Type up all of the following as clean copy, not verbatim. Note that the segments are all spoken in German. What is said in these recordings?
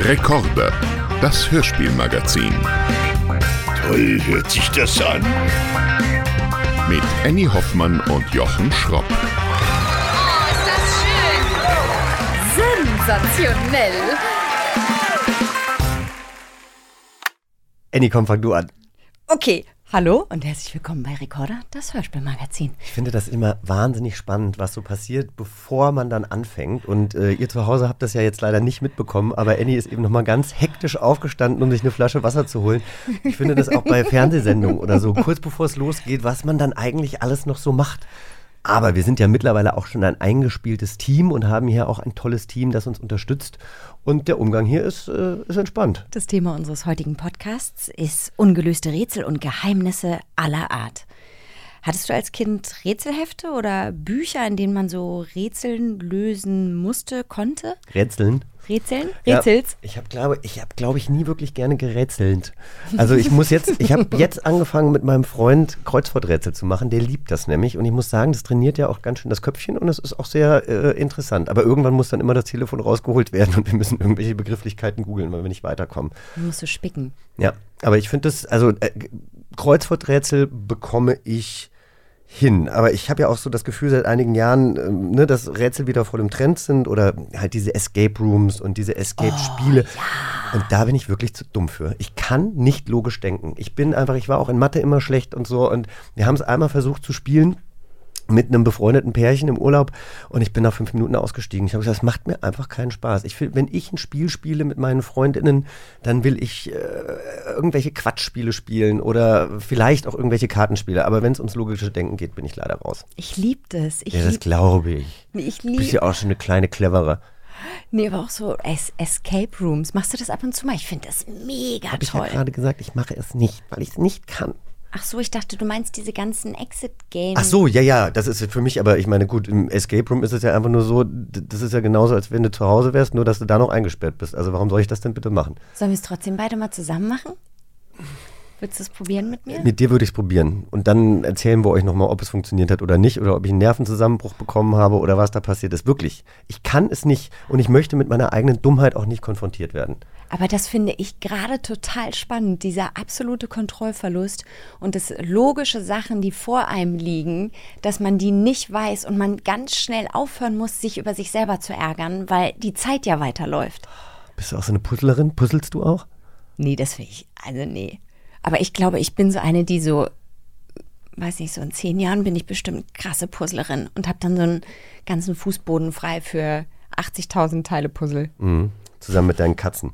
Rekorde, das Hörspielmagazin. Toll hört sich das an. Mit Annie Hoffmann und Jochen Schropp. Oh, ist das schön! Sensationell! Annie, komm, fang du an. Okay, hallo und herzlich willkommen bei Rekorder, das Hörspielmagazin. Ich finde das immer wahnsinnig spannend, was so passiert, bevor man dann anfängt. Und ihr zu Hause habt das ja jetzt leider nicht mitbekommen, aber Annie ist eben nochmal ganz hektisch aufgestanden, um sich eine Flasche Wasser zu holen. Ich finde das auch bei Fernsehsendungen oder so, kurz bevor es losgeht, was man dann eigentlich alles noch so macht. Aber wir sind ja mittlerweile auch schon ein eingespieltes Team und haben hier auch ein tolles Team, das uns unterstützt. Und der Umgang hier ist entspannt. Das Thema unseres heutigen Podcasts ist ungelöste Rätsel und Geheimnisse aller Art. Hattest du als Kind Rätselhefte oder Bücher, in denen man so Rätseln lösen musste, konnte? Rätseln? Rätseln? Ja, Rätsels? ich habe, glaube ich, nie wirklich gerne gerätselt. Also ich habe jetzt angefangen mit meinem Freund Kreuzworträtsel zu machen, der liebt das nämlich und ich muss sagen, das trainiert ja auch ganz schön das Köpfchen und es ist auch sehr interessant. Aber irgendwann muss dann immer das Telefon rausgeholt werden und wir müssen irgendwelche Begrifflichkeiten googeln, weil wir nicht weiterkommen. Du musst so spicken. Ja, aber ich finde das, also Kreuzworträtsel bekomme ich hin. Aber ich habe ja auch so das Gefühl seit einigen Jahren, dass Rätsel wieder voll im Trend sind oder halt diese Escape Rooms und diese Escape-Spiele. Ja. Und da bin ich wirklich zu dumm für. Ich kann nicht logisch denken. Ich war auch in Mathe immer schlecht und so und wir haben es einmal versucht zu spielen mit einem befreundeten Pärchen im Urlaub und ich bin nach 5 Minuten ausgestiegen. Ich habe gesagt, das macht mir einfach keinen Spaß. Wenn ich ein Spiel spiele mit meinen Freundinnen, dann will ich irgendwelche Quatschspiele spielen oder vielleicht auch irgendwelche Kartenspiele. Aber wenn es ums logische Denken geht, bin ich leider raus. Ich liebe das. Das glaube ich. Ich Du bist ja auch schon eine kleine Clevere. Nee, aber auch so Escape Rooms. Machst du das ab und zu mal? Ich finde das mega Habe ich toll. ja gerade gesagt, ich mache es nicht, weil ich es nicht kann. Ach so, ich dachte, du meinst diese ganzen Exit-Games. Ach so, ja, das ist für mich, aber ich meine, gut, im Escape Room ist es ja einfach nur so, das ist ja genauso, als wenn du zu Hause wärst, nur dass du da noch eingesperrt bist. Also warum soll ich das denn bitte machen? Sollen wir es trotzdem beide mal zusammen machen? Willst du es probieren mit mir? Mit dir würde ich es probieren. Und dann erzählen wir euch nochmal, ob es funktioniert hat oder nicht, oder ob ich einen Nervenzusammenbruch bekommen habe oder was da passiert ist. Wirklich, ich kann es nicht und ich möchte mit meiner eigenen Dummheit auch nicht konfrontiert werden. Aber das finde ich gerade total spannend, dieser absolute Kontrollverlust und das logische Sachen, die vor einem liegen, dass man die nicht weiß und man ganz schnell aufhören muss, sich über sich selber zu ärgern, weil die Zeit ja weiterläuft. Bist du auch so eine Puzzlerin? Puzzelst du auch? Nee, das will ich, also nee. Aber ich glaube, ich bin so eine, die so, weiß nicht, so in 10 Jahren bin ich bestimmt krasse Puzzlerin und habe dann so einen ganzen Fußboden frei für 80.000 Teile Puzzle. Mhm. Zusammen mit deinen Katzen.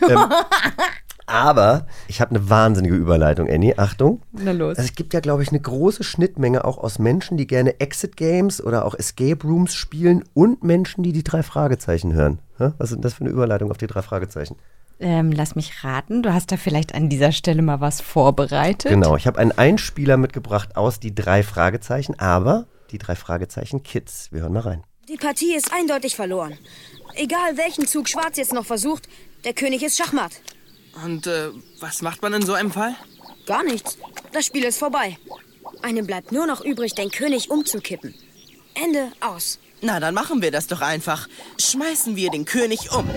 Aber ich habe eine wahnsinnige Überleitung, Annie. Achtung. Na los. Also es gibt ja, glaube ich, eine große Schnittmenge auch aus Menschen, die gerne Exit-Games oder auch Escape Rooms spielen und Menschen, die 3 Fragezeichen hören. Was ist denn das für eine Überleitung auf die 3 Fragezeichen? Lass mich raten, du hast da vielleicht an dieser Stelle mal was vorbereitet. Genau, ich habe einen Einspieler mitgebracht aus die 3 Fragezeichen, aber die 3 Fragezeichen Kids. Wir hören mal rein. Die Partie ist eindeutig verloren. Egal welchen Zug Schwarz jetzt noch versucht, der König ist Schachmatt. Und was macht man in so einem Fall? Gar nichts. Das Spiel ist vorbei. Einem bleibt nur noch übrig, den König umzukippen. Ende, aus. Na, dann machen wir das doch einfach. Schmeißen wir den König um.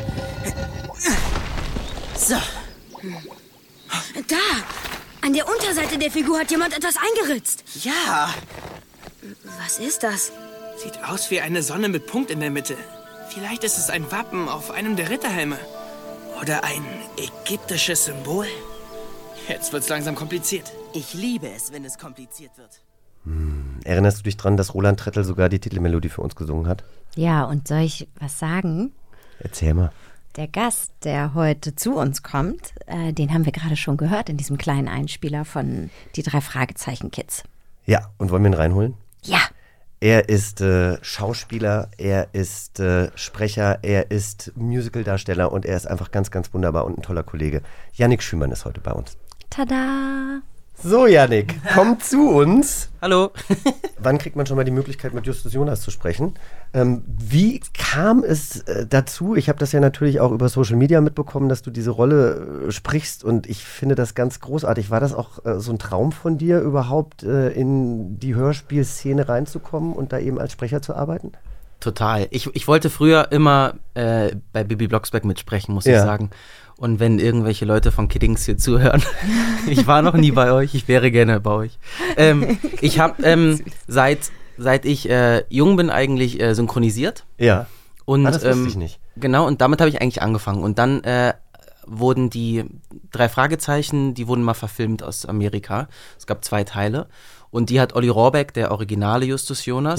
So. Da! An der Unterseite der Figur hat jemand etwas eingeritzt. Ja. Was ist das? Sieht aus wie eine Sonne mit Punkt in der Mitte. Vielleicht ist es ein Wappen auf einem der Ritterhelme. Oder ein ägyptisches Symbol. Jetzt wird's langsam kompliziert. Ich liebe es, wenn es kompliziert wird. Erinnerst du dich dran, dass Roland Trettel sogar die Titelmelodie für uns gesungen hat? Ja, und soll ich was sagen? Erzähl mal. Der Gast, der heute zu uns kommt, den haben wir gerade schon gehört in diesem kleinen Einspieler von die 3 Fragezeichen Kids. Ja, und wollen wir ihn reinholen? Ja. Er ist Schauspieler, er ist Sprecher, er ist Musicaldarsteller und er ist einfach ganz, ganz wunderbar und ein toller Kollege. Yannick Schümann ist heute bei uns. Tada! So, Yannick, komm zu uns. Hallo. Wann kriegt man schon mal die Möglichkeit, mit Justus Jonas zu sprechen? Wie kam es dazu? Ich habe das ja natürlich auch über Social Media mitbekommen, dass du diese Rolle sprichst und ich finde das ganz großartig. War das auch so ein Traum von dir, überhaupt in die Hörspielszene reinzukommen und da eben als Sprecher zu arbeiten? Total. Ich wollte früher immer bei Bibi Blocksberg mitsprechen, muss ich sagen. Und wenn irgendwelche Leute von Kiddings hier zuhören, ich war noch nie bei euch, ich wäre gerne bei euch. Ich habe seit ich jung bin eigentlich synchronisiert. Ja. Und, das wusste ich nicht. Genau, und damit habe ich eigentlich angefangen. Und dann wurden die 3 Fragezeichen, die wurden mal verfilmt aus Amerika. Es gab 2 Teile. Und die hat Olli Rohrbeck, der originale Justus Jonas,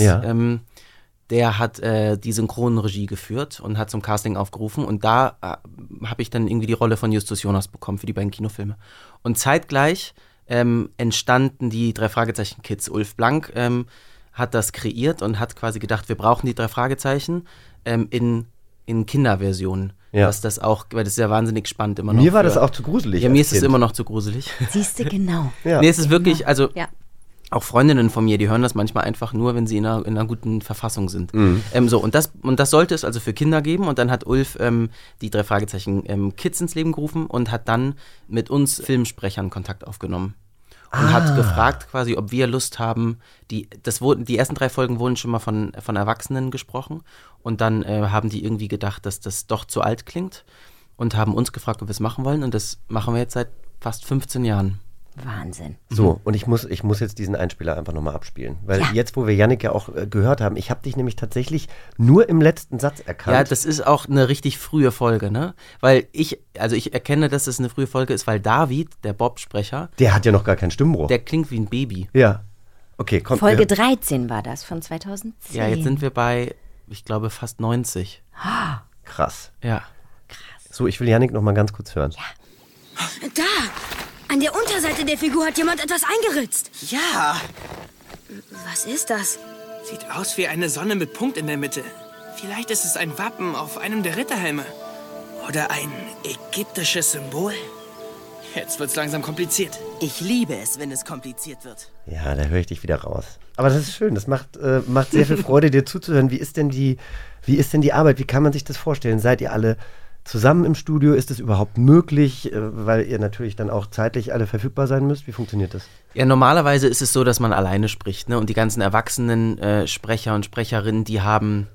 der hat die Synchronregie geführt und hat zum Casting aufgerufen. Und da habe ich dann irgendwie die Rolle von Justus Jonas bekommen für die beiden Kinofilme. Und zeitgleich entstanden die 3 Fragezeichen-Kids. Ulf Blank hat das kreiert und hat quasi gedacht, wir brauchen die 3 Fragezeichen in Kinderversionen. Ja. Was das auch, weil das ist ja wahnsinnig spannend immer noch. Mir war das auch zu gruselig. Ja, mir ist es immer noch zu gruselig. Siehst du, genau. Ja. Nee, es ist wirklich, also auch Freundinnen von mir, die hören das manchmal einfach nur, wenn sie in einer guten Verfassung sind. Und das sollte es also für Kinder geben. Und dann hat Ulf die 3 Fragezeichen Kids ins Leben gerufen und hat dann mit uns Filmsprechern Kontakt aufgenommen. Und hat gefragt quasi, ob wir Lust haben. Die ersten 3 Folgen wurden schon mal von Erwachsenen gesprochen. Und dann haben die irgendwie gedacht, dass das doch zu alt klingt. Und haben uns gefragt, ob wir es machen wollen. Und das machen wir jetzt seit fast 15 Jahren. Wahnsinn. So, und ich muss jetzt diesen Einspieler einfach nochmal abspielen. Weil jetzt, wo wir Jannik ja auch gehört haben, ich habe dich nämlich tatsächlich nur im letzten Satz erkannt. Ja, das ist auch eine richtig frühe Folge, ne? Weil ich erkenne, dass es eine frühe Folge ist, weil David, der Bob-Sprecher, der hat ja noch gar keinen Stimmbruch. Der klingt wie ein Baby. Ja. Okay, komm. Folge 13 war das, von 2010. Ja, jetzt sind wir bei, ich glaube, fast 90. Krass. Ja. Krass. So, ich will Jannik noch mal ganz kurz hören. Da! An der Unterseite der Figur hat jemand etwas eingeritzt. Ja. Was ist das? Sieht aus wie eine Sonne mit Punkt in der Mitte. Vielleicht ist es ein Wappen auf einem der Ritterhelme. Oder ein ägyptisches Symbol. Jetzt wird's langsam kompliziert. Ich liebe es, wenn es kompliziert wird. Ja, da höre ich dich wieder raus. Aber das ist schön, das macht sehr viel Freude, dir zuzuhören. Wie ist denn die Arbeit? Wie kann man sich das vorstellen? Seid ihr alle zusammen im Studio? Ist es überhaupt möglich, weil ihr natürlich dann auch zeitlich alle verfügbar sein müsst? Wie funktioniert das? Ja, normalerweise ist es so, dass man alleine spricht, ne? Und die ganzen erwachsenen Sprecher und Sprecherinnen, die haben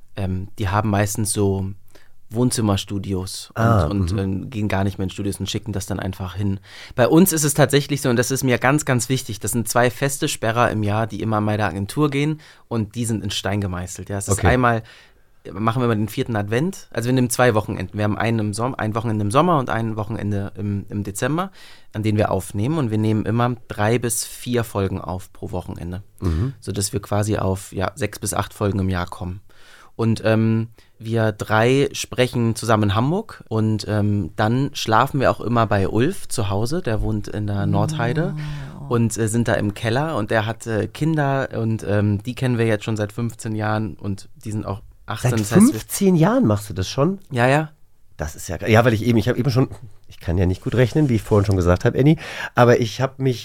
meistens so Wohnzimmerstudios und gehen gar nicht mehr in Studios und schicken das dann einfach hin. Bei uns ist es tatsächlich so, und das ist mir ganz, ganz wichtig, das sind 2 feste Sperrer im Jahr, die immer bei der Agentur gehen und die sind in Stein gemeißelt. Ja, es ist einmal machen wir mal den 4. Advent. Also wir nehmen 2 Wochenenden. Wir haben ein Wochenende im Sommer und ein Wochenende im Dezember, an denen wir aufnehmen. Und wir nehmen immer 3 bis 4 Folgen auf pro Wochenende. Sodass wir quasi auf 6 bis 8 Folgen im Jahr kommen. Und wir 3 sprechen zusammen in Hamburg. Und dann schlafen wir auch immer bei Ulf zu Hause. Der wohnt in der Nordheide. Und sind da im Keller. Und der hat Kinder. Und die kennen wir jetzt schon seit 15 Jahren. Und die sind auch 18. Seit 15 Jahren machst du das schon? Ja, ja. Das ist ja, weil ich habe eben schon, ich kann ja nicht gut rechnen, wie ich vorhin schon gesagt habe, Annie, aber ich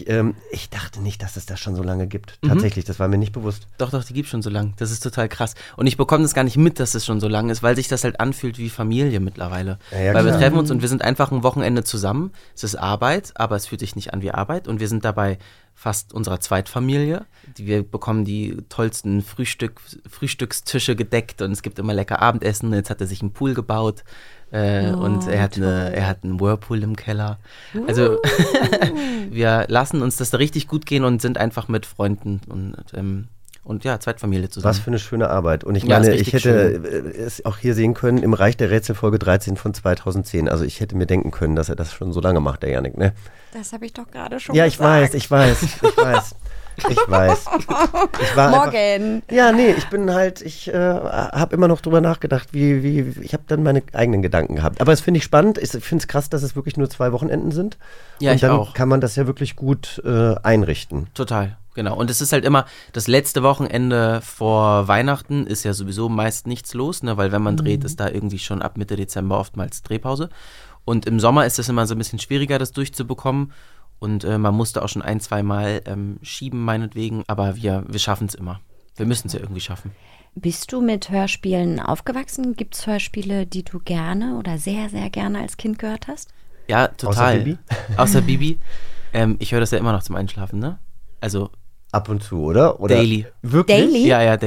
dachte nicht, dass es das schon so lange gibt. Tatsächlich, das war mir nicht bewusst. Doch, die gibt es schon so lange. Das ist total krass. Und ich bekomme das gar nicht mit, dass es schon so lange ist, weil sich das halt anfühlt wie Familie mittlerweile. Ja, weil wir treffen uns und wir sind einfach ein Wochenende zusammen. Es ist Arbeit, aber es fühlt sich nicht an wie Arbeit. Und wir sind dabei fast unserer Zweitfamilie. Wir bekommen die tollsten Frühstückstische gedeckt und es gibt immer lecker Abendessen. Jetzt hat er sich einen Pool gebaut. Und er hat einen Whirlpool im Keller. Also wir lassen uns das da richtig gut gehen und sind einfach mit Freunden und Zweitfamilie zusammen. Was für eine schöne Arbeit. Und ich meine, ich hätte es auch hier sehen können im Reich der Rätsel Folge 13 von 2010. Also ich hätte mir denken können, dass er das schon so lange macht, der Jannik, ne? Das habe ich doch gerade schon gesagt. Ich weiß. Morgen. Ich habe immer noch drüber nachgedacht, ich habe dann meine eigenen Gedanken gehabt. Aber das finde ich spannend. Ich finde es krass, dass es wirklich nur 2 Wochenenden sind. Ja, und dann kann man das ja wirklich gut einrichten. Total, genau. Und es ist halt immer, das letzte Wochenende vor Weihnachten ist ja sowieso meist nichts los, ne? Weil wenn man dreht, ist da irgendwie schon ab Mitte Dezember oftmals Drehpause. Und im Sommer ist es immer so ein bisschen schwieriger, das durchzubekommen. Und man musste auch schon 1-2 Mal schieben, meinetwegen. Aber wir schaffen es immer. Wir müssen es ja irgendwie schaffen. Bist du mit Hörspielen aufgewachsen? Gibt es Hörspiele, die du gerne oder sehr, sehr gerne als Kind gehört hast? Ja, total. Außer Bibi. Ich höre das ja immer noch zum Einschlafen, ne? Also ab und zu, oder? Daily. Wirklich? Daily? Ja, daily. Ja?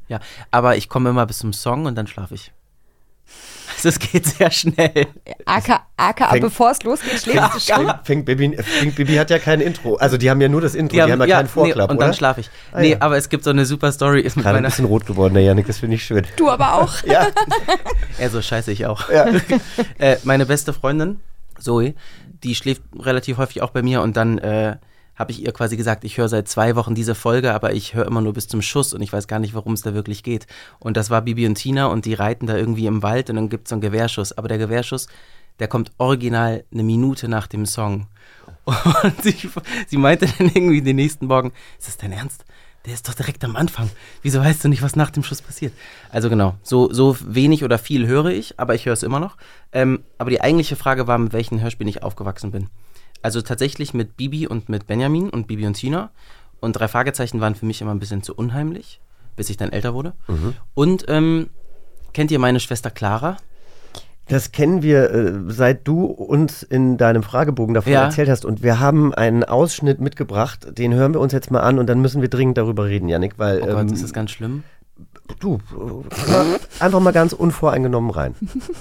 Ja, aber ich komme immer bis zum Song und dann schlafe ich. Also es geht sehr schnell. AKA, bevor es losgeht, schläfst du schon. Fink Bibi hat ja kein Intro. Also die haben ja nur das Intro, die haben ja keinen Vorklapp, und oder? dann schlafe ich. Nee, aber es gibt so eine super Story. Ist mit gerade ein bisschen rot geworden, der Jannik, das finde ich schön. Du aber auch. Ja. So scheiße ich auch. Ja. Meine beste Freundin, Zoe, die schläft relativ häufig auch bei mir und dann habe ich ihr quasi gesagt, ich höre seit 2 Wochen diese Folge, aber ich höre immer nur bis zum Schuss und ich weiß gar nicht, worum es da wirklich geht. Und das war Bibi und Tina und die reiten da irgendwie im Wald und dann gibt es so einen Gewehrschuss. Aber der Gewehrschuss, der kommt original 1 Minute nach dem Song. Und sie meinte dann irgendwie den nächsten Morgen, ist das dein Ernst? Der ist doch direkt am Anfang. Wieso weißt du nicht, was nach dem Schuss passiert? Also genau, so wenig oder viel höre ich, aber ich höre es immer noch. Aber die eigentliche Frage war, mit welchen Hörspielen ich aufgewachsen bin. Also tatsächlich mit Bibi und mit Benjamin und Bibi und Tina. Und 3 Fragezeichen waren für mich immer ein bisschen zu unheimlich, bis ich dann älter wurde. Und kennt ihr meine Schwester Clara? Das kennen wir, seit du uns in deinem Fragebogen davon erzählt hast. Und wir haben einen Ausschnitt mitgebracht, den hören wir uns jetzt mal an und dann müssen wir dringend darüber reden, Jannik. Weil, oh Gott, ist das ganz schlimm? Du, einfach mal ganz unvoreingenommen rein.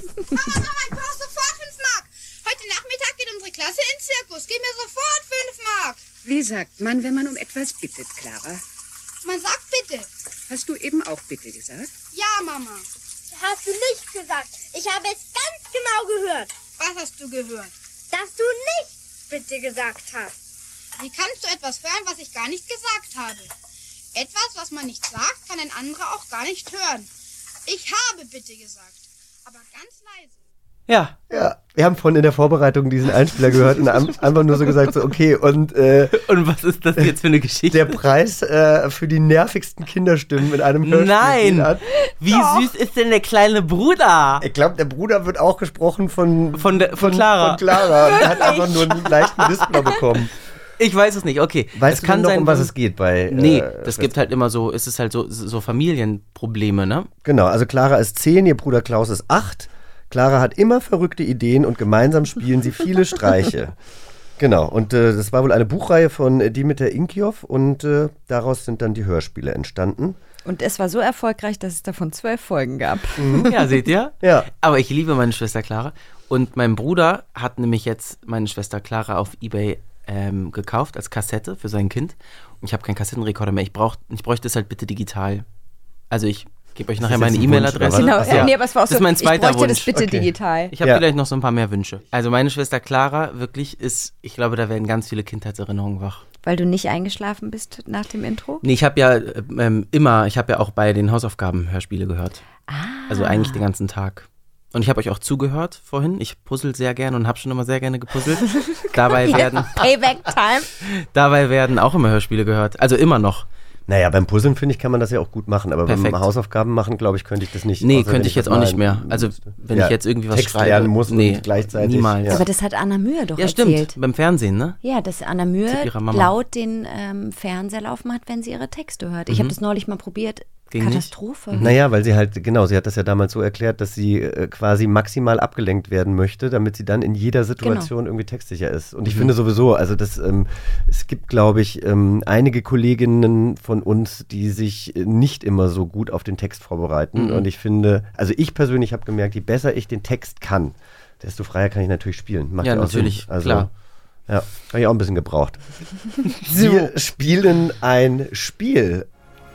Heute Nachmittag geht unsere Klasse in den Zirkus. Gib mir sofort 5 Mark. Wie sagt man, wenn man um etwas bittet, Clara? Man sagt bitte. Hast du eben auch bitte gesagt? Ja, Mama. Hast du nicht gesagt. Ich habe es ganz genau gehört. Was hast du gehört? Dass du nicht bitte gesagt hast. Wie kannst du etwas hören, was ich gar nicht gesagt habe? Etwas, was man nicht sagt, kann ein anderer auch gar nicht hören. Ich habe bitte gesagt, aber ganz leise. Ja. Wir haben vorhin in der Vorbereitung diesen Einspieler gehört und einfach nur so gesagt, so okay, und was ist das jetzt für eine Geschichte? Der Preis für die nervigsten Kinderstimmen in einem Hörspiel. Nein! Wie süß ist denn der kleine Bruder? Ich glaube, der Bruder wird auch gesprochen von Clara. Von Clara. Und hat einfach nur einen leichten Lispler bekommen. Ich weiß es nicht, okay. Weißt du denn noch, um was es geht bei... Nee, das gibt halt immer so, es ist halt so Familienprobleme, ne? Genau, also Clara ist 10, ihr Bruder Klaus ist 8. Clara hat immer verrückte Ideen und gemeinsam spielen sie viele Streiche. Genau, und das war wohl eine Buchreihe von Dimitar Inkjoff und daraus sind dann die Hörspiele entstanden. Und es war so erfolgreich, dass es davon 12 Folgen gab. Ja, seht ihr? Ja. Aber ich liebe meine Schwester Clara und mein Bruder hat nämlich jetzt meine Schwester Clara auf eBay gekauft als Kassette für sein Kind. Und ich habe keinen Kassettenrekorder mehr. Ich bräuchte es halt bitte digital. Also ich gebe euch nachher meine E-Mail-Adresse. Genau, nee, aber es war auch das ist mein zweiter ich bräuchte Wunsch. das bitte digital. Ich habe vielleicht noch so ein paar mehr Wünsche. Also meine Schwester Clara wirklich ist, ich glaube, da werden ganz viele Kindheitserinnerungen wach. Weil du nicht eingeschlafen bist nach dem Intro? Nee, ich habe ja auch bei den Hausaufgaben Hörspiele gehört. Also eigentlich den ganzen Tag. Und ich habe euch auch zugehört vorhin. Ich puzzle sehr gerne und habe schon immer sehr gerne gepuzzelt. Dabei werden auch immer Hörspiele gehört. Also immer noch. Naja, beim Puzzeln, finde ich, kann man das ja auch gut machen. Aber beim Hausaufgaben machen, glaube ich, könnte ich das nicht. Nee, könnte ich jetzt auch nicht mehr. Also wenn ich jetzt irgendwie was Text schreibe. lernen muss und gleichzeitig. Niemals. Ja. Aber das hat Anna Mühe doch erzählt. Ja, stimmt. Beim Fernsehen, ne? Ja, dass Anna Mühe laut den Fernseher laufen hat, wenn sie ihre Texte hört. Ich habe das neulich mal probiert. Ging Katastrophe. Nicht? Naja, weil sie halt, genau, sie hat das ja damals so erklärt, dass sie quasi maximal abgelenkt werden möchte, damit sie dann in jeder Situation irgendwie textsicher ist. Und ich finde sowieso, also das, es gibt, glaube ich, einige Kolleginnen von uns, die sich nicht immer so gut auf den Text vorbereiten. Und ich finde, also ich persönlich habe gemerkt, je besser ich den Text kann, desto freier kann ich natürlich spielen. Macht ja, auch natürlich, Sinn. Also, klar. Ja, habe ich auch ein bisschen gebraucht. Wir spielen ein Spiel.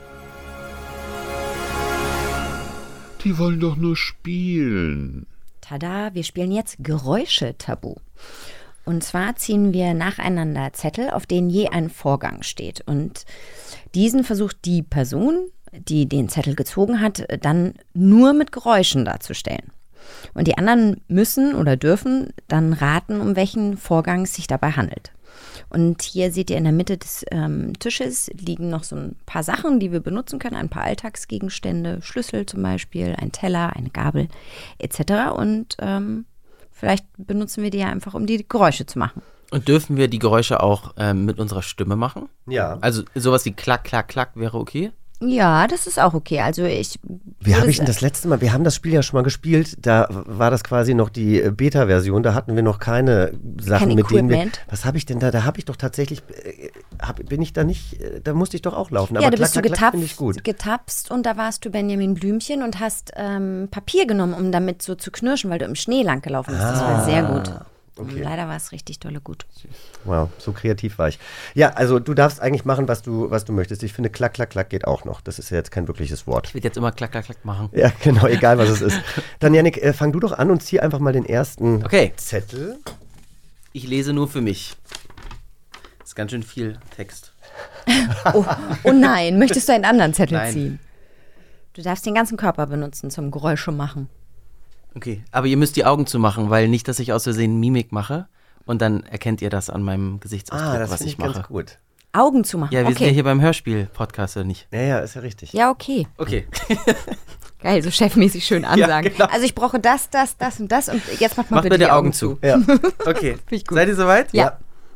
Die wollen doch nur spielen. Tada, wir spielen jetzt Geräusche-Tabu. Und zwar ziehen wir nacheinander Zettel, auf denen je ein Vorgang steht. Und diesen versucht die Person, die den Zettel gezogen hat, dann nur mit Geräuschen darzustellen. Und die anderen müssen oder dürfen dann raten, um welchen Vorgang es sich dabei handelt. Und hier seht ihr in der Mitte des Tisches liegen noch so ein paar Sachen, die wir benutzen können, ein paar Alltagsgegenstände, Schlüssel zum Beispiel, ein Teller, eine Gabel etc. Und vielleicht benutzen wir die ja einfach, um die Geräusche zu machen. Und dürfen wir die Geräusche auch mit unserer Stimme machen? Ja. Also sowas wie Klack, Klack, Klack wäre okay? Ja, das ist auch okay. Also Wie habe ich denn das letzte Mal, wir haben das Spiel ja schon mal gespielt, da war das quasi noch die Beta-Version, da hatten wir noch keine Sachen, mit denen wir, was habe ich denn da habe ich doch tatsächlich, bin ich da nicht, da musste ich doch auch laufen. Ja, aber da bist du gut. getapst und da warst du Benjamin Blümchen und hast Papier genommen, um damit so zu knirschen, weil du im Schnee lang gelaufen bist. Das war sehr gut. Okay. Leider war es richtig dolle gut. Wow, so kreativ war ich. Ja, also du darfst eigentlich machen, was du möchtest. Ich finde, klack, klack, klack geht auch noch. Das ist ja jetzt kein wirkliches Wort. Ich will jetzt immer klack, klack, klack machen. Ja, genau, egal was es ist. Dann, Jannik, fang du doch an und zieh einfach mal den ersten Zettel. Ich lese nur für mich. Das ist ganz schön viel Text. Oh nein, möchtest du einen anderen Zettel Nein. ziehen? Du darfst den ganzen Körper benutzen zum Geräusche machen. Okay, aber ihr müsst die Augen zumachen, weil nicht, dass ich aus Versehen Mimik mache und dann erkennt ihr das an meinem Gesichtsausdruck, das was ich mache. Ganz gut. Augen zumachen, Ja, wir sind ja hier beim Hörspiel-Podcast, oder nicht? Ja, ist ja richtig. Ja, okay. Okay. Geil, so chefmäßig schön ansagen. Ja, genau. Also ich brauche das und das und jetzt macht mal Macht bitte bitte die Augen zu. Ja. Okay, Finde ich gut. seid ihr soweit? Ja.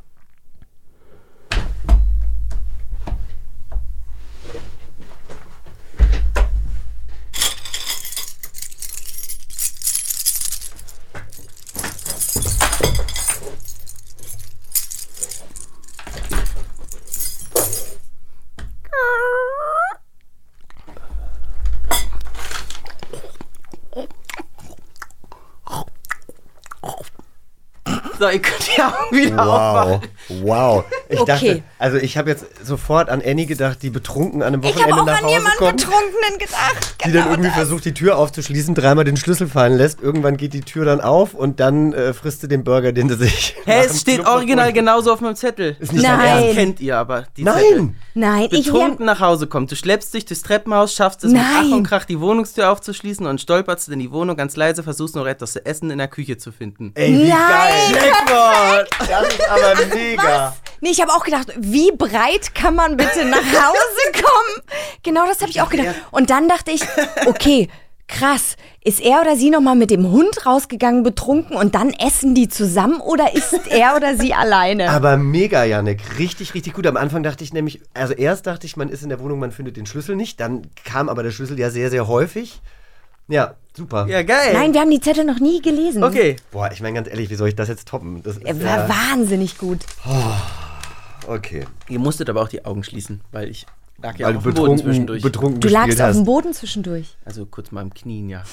So, ihr könnt die Augen wieder aufmachen. Wow. Ich Okay. dachte, also ich habe jetzt sofort an Annie gedacht, die betrunken an einem Ich habe Wochenende auch nach an Hause jemanden kommt. Betrunkenen gedacht. Die dann irgendwie versucht, die Tür aufzuschließen, dreimal den Schlüssel fallen lässt. Irgendwann geht die Tür dann auf und dann frisst sie den Burger, den sie sich. Hä, es steht original genauso auf meinem Zettel. Ist nicht Nein. dein Ernst? Das kennt ihr aber, die Nein. Zettel. Nein, ich Betrunken nach Hause kommt. Du schleppst dich durchs Treppenhaus, schaffst es mit Nein. Ach und Krach die Wohnungstür aufzuschließen und stolperst in die Wohnung ganz leise, versuchst noch etwas zu essen in der Küche zu finden. Ey, wie Nein. geil. Jackpot. Das ist aber mega. Nee, ich habe auch gedacht, wie breit kann man bitte nach Hause kommen? Genau das habe ich auch gedacht. Und dann dachte ich, okay, krass, ist er oder sie nochmal mit dem Hund rausgegangen, betrunken und dann essen die zusammen oder ist er oder sie alleine? Aber mega, Jannik. Richtig, richtig gut. Am Anfang dachte ich nämlich, also erst dachte ich, man ist in der Wohnung, man findet den Schlüssel nicht. Dann kam aber der Schlüssel ja sehr, sehr häufig. Ja, super. Ja, geil. Nein, wir haben die Zettel noch nie gelesen. Okay. Boah, ich meine ganz ehrlich, wie soll ich das jetzt toppen? Das ist War wahnsinnig gut. okay. Ihr musstet aber auch die Augen schließen, weil ich lag ja Weil auch du auf dem Boden zwischendurch. betrunken Du gespielt lagst auf hast. dem Boden zwischendurch. Also kurz mal am Knien, ja.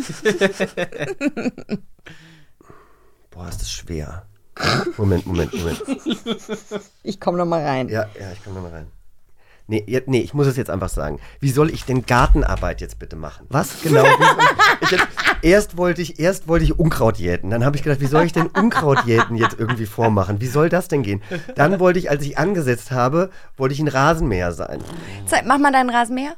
Boah, ist das schwer. Moment. Ich komme noch mal rein. Ja, ich komme mal rein. Nee, ich muss es jetzt einfach sagen. Wie soll ich denn Gartenarbeit jetzt bitte machen? Was genau? Erst wollte ich Unkraut jäten. Dann habe ich gedacht, wie soll ich denn Unkraut jäten jetzt irgendwie vormachen? Wie soll das denn gehen? Dann wollte ich, als ich angesetzt habe, wollte ich ein Rasenmäher sein. Mach mal deinen Rasenmäher.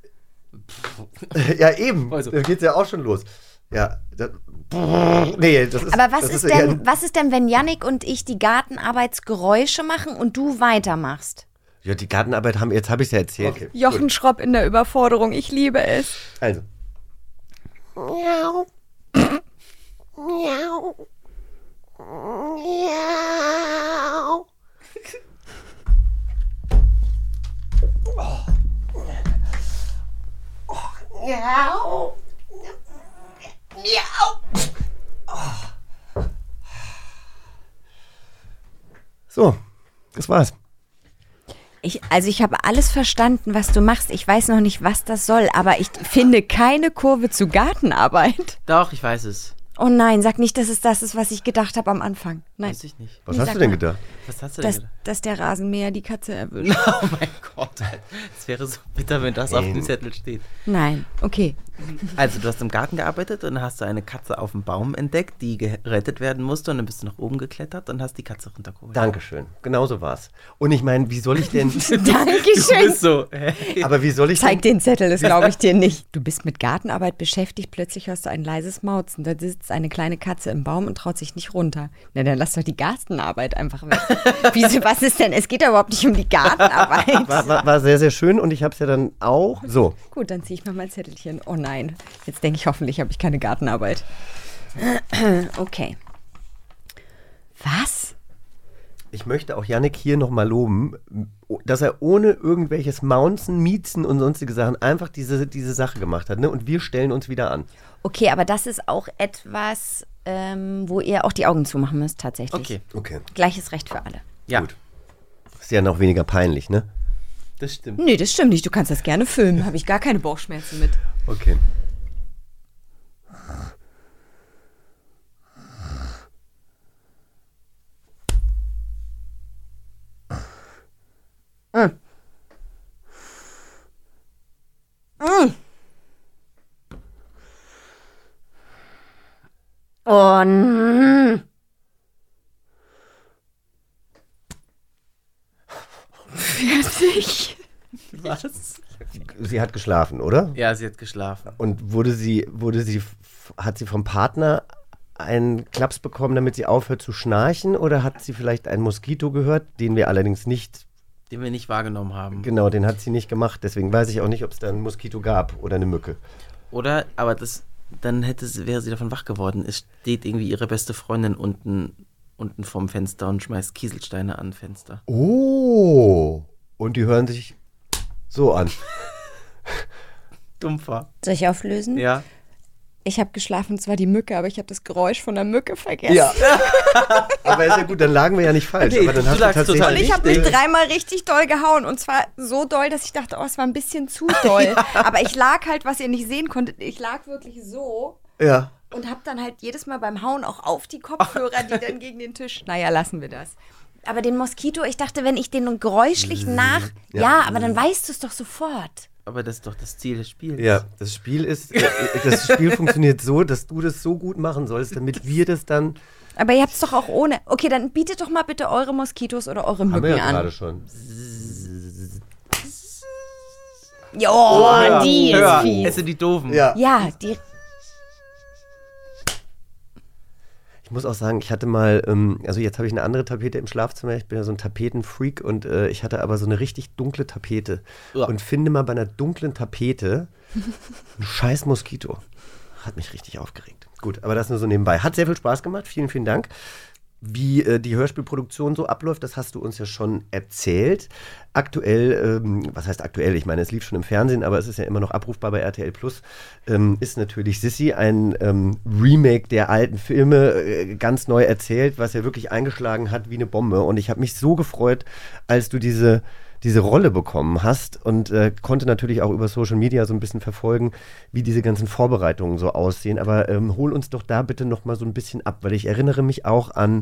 Ja, eben. Also. Da geht's ja auch schon los. Ja. Nee, das ist. Aber was das ist denn, wenn Jannik und ich die Gartenarbeitsgeräusche machen und du weitermachst? Ja, die Gartenarbeit jetzt habe ich es ja erzählt. Okay, Jochen gut. Schropp in der Überforderung, ich liebe es. Also. Miau. Miau. Miau. Miau. Miau. So, das war's. Ich habe alles verstanden, was du machst. Ich weiß noch nicht, was das soll, aber ich finde keine Kurve zu Gartenarbeit. Doch, ich weiß es. Oh nein, sag nicht, dass es das ist, was ich gedacht habe am Anfang. Nein. Weiß ich nicht. Was Nee, hast sag du denn mal. gedacht? Was hast du denn gedacht? Dass der Rasenmäher die Katze erwischt. Oh mein Gott. Es wäre so bitter, wenn das auf dem Zettel steht. Nein, okay. Also, du hast im Garten gearbeitet und dann hast du eine Katze auf dem Baum entdeckt, die gerettet werden musste und dann bist du nach oben geklettert und hast die Katze runtergeholt. Dankeschön. Genau so war's. Und ich meine, wie soll ich denn. Dankeschön. So. Aber wie soll ich Zeig denn. den Zettel, das glaube ich dir nicht. Du bist mit Gartenarbeit beschäftigt, plötzlich hörst du ein leises Mauzen. Da sitzt eine kleine Katze im Baum und traut sich nicht runter. Na, dann lass doch die Gartenarbeit einfach weg. Wieso, was ist denn? Es geht ja überhaupt nicht um die Gartenarbeit. War sehr, sehr schön und ich habe es ja dann auch. So. Gut, dann ziehe ich mal mein Zettelchen. Oh nein, jetzt denke ich, hoffentlich habe ich keine Gartenarbeit. Okay. Was? Ich möchte auch Yannick hier nochmal loben, dass er ohne irgendwelches Mounzen, Miezen und sonstige Sachen einfach diese Sache gemacht hat. Ne? Und wir stellen uns wieder an. Okay, aber das ist auch etwas, wo ihr auch die Augen zumachen müsst, tatsächlich. Okay. Gleiches Recht für alle. Ja. Gut. Ist ja noch weniger peinlich, ne? Das stimmt. Nee, das stimmt nicht. Du kannst das gerne filmen. Habe ich gar keine Bauchschmerzen mit. Okay. Und fertig. Was? Sie hat geschlafen, oder? Ja, sie hat geschlafen. Und hat sie vom Partner einen Klaps bekommen, damit sie aufhört zu schnarchen? Oder hat sie vielleicht einen Moskito gehört, den wir allerdings nicht... Den wir nicht wahrgenommen haben. Genau, den hat sie nicht gemacht. Deswegen weiß ich auch nicht, ob es da einen Moskito gab oder eine Mücke. Oder, aber dann wäre sie davon wach geworden. Es steht irgendwie ihre beste Freundin unten vorm Fenster und schmeißt Kieselsteine an Fenster. Oh, und die hören sich so an. Dumpfer. Soll ich auflösen? Ja. Ich habe geschlafen, zwar die Mücke, aber ich habe das Geräusch von der Mücke vergessen. Ja. Aber ist ja gut, dann lagen wir ja nicht falsch. Nee, aber dann hast du tatsächlich Und ich habe mich dreimal richtig doll gehauen. Und zwar so doll, dass ich dachte, oh, es war ein bisschen zu doll. Ja. Aber ich lag halt, was ihr nicht sehen konntet, ich lag wirklich so. Ja. Und habe dann halt jedes Mal beim Hauen auch auf die Kopfhörer, die dann gegen den Tisch. Naja, lassen wir das. Aber den Moskito, ich dachte, wenn ich den geräuschlich Ja, aber dann weißt du es doch sofort. Aber das ist doch das Ziel des Spiels. Ja, das Spiel funktioniert so, dass du das so gut machen sollst, damit wir das dann... Aber ihr habt es doch auch ohne. Okay, dann bietet doch mal bitte eure Moskitos oder eure Mücken an. Haben wir ja gerade schon. Jo, die ist fies. Es sind die Doofen. Ja, die... Ich muss auch sagen, ich hatte mal, also jetzt habe ich eine andere Tapete im Schlafzimmer, ich bin ja so ein Tapetenfreak und ich hatte aber so eine richtig dunkle Tapete und finde mal bei einer dunklen Tapete ein scheiß Moskito. Hat mich richtig aufgeregt. Gut, aber das nur so nebenbei. Hat sehr viel Spaß gemacht, vielen, vielen Dank. Wie die Hörspielproduktion so abläuft, das hast du uns ja schon erzählt. Aktuell, was heißt aktuell? Ich meine, es lief schon im Fernsehen, aber es ist ja immer noch abrufbar bei RTL Plus, ist natürlich Sissi, ein Remake der alten Filme, ganz neu erzählt, was ja wirklich eingeschlagen hat wie eine Bombe. Und ich habe mich so gefreut, als du diese Rolle bekommen hast und konnte natürlich auch über Social Media so ein bisschen verfolgen, wie diese ganzen Vorbereitungen so aussehen. Aber hol uns doch da bitte noch mal so ein bisschen ab, weil ich erinnere mich auch an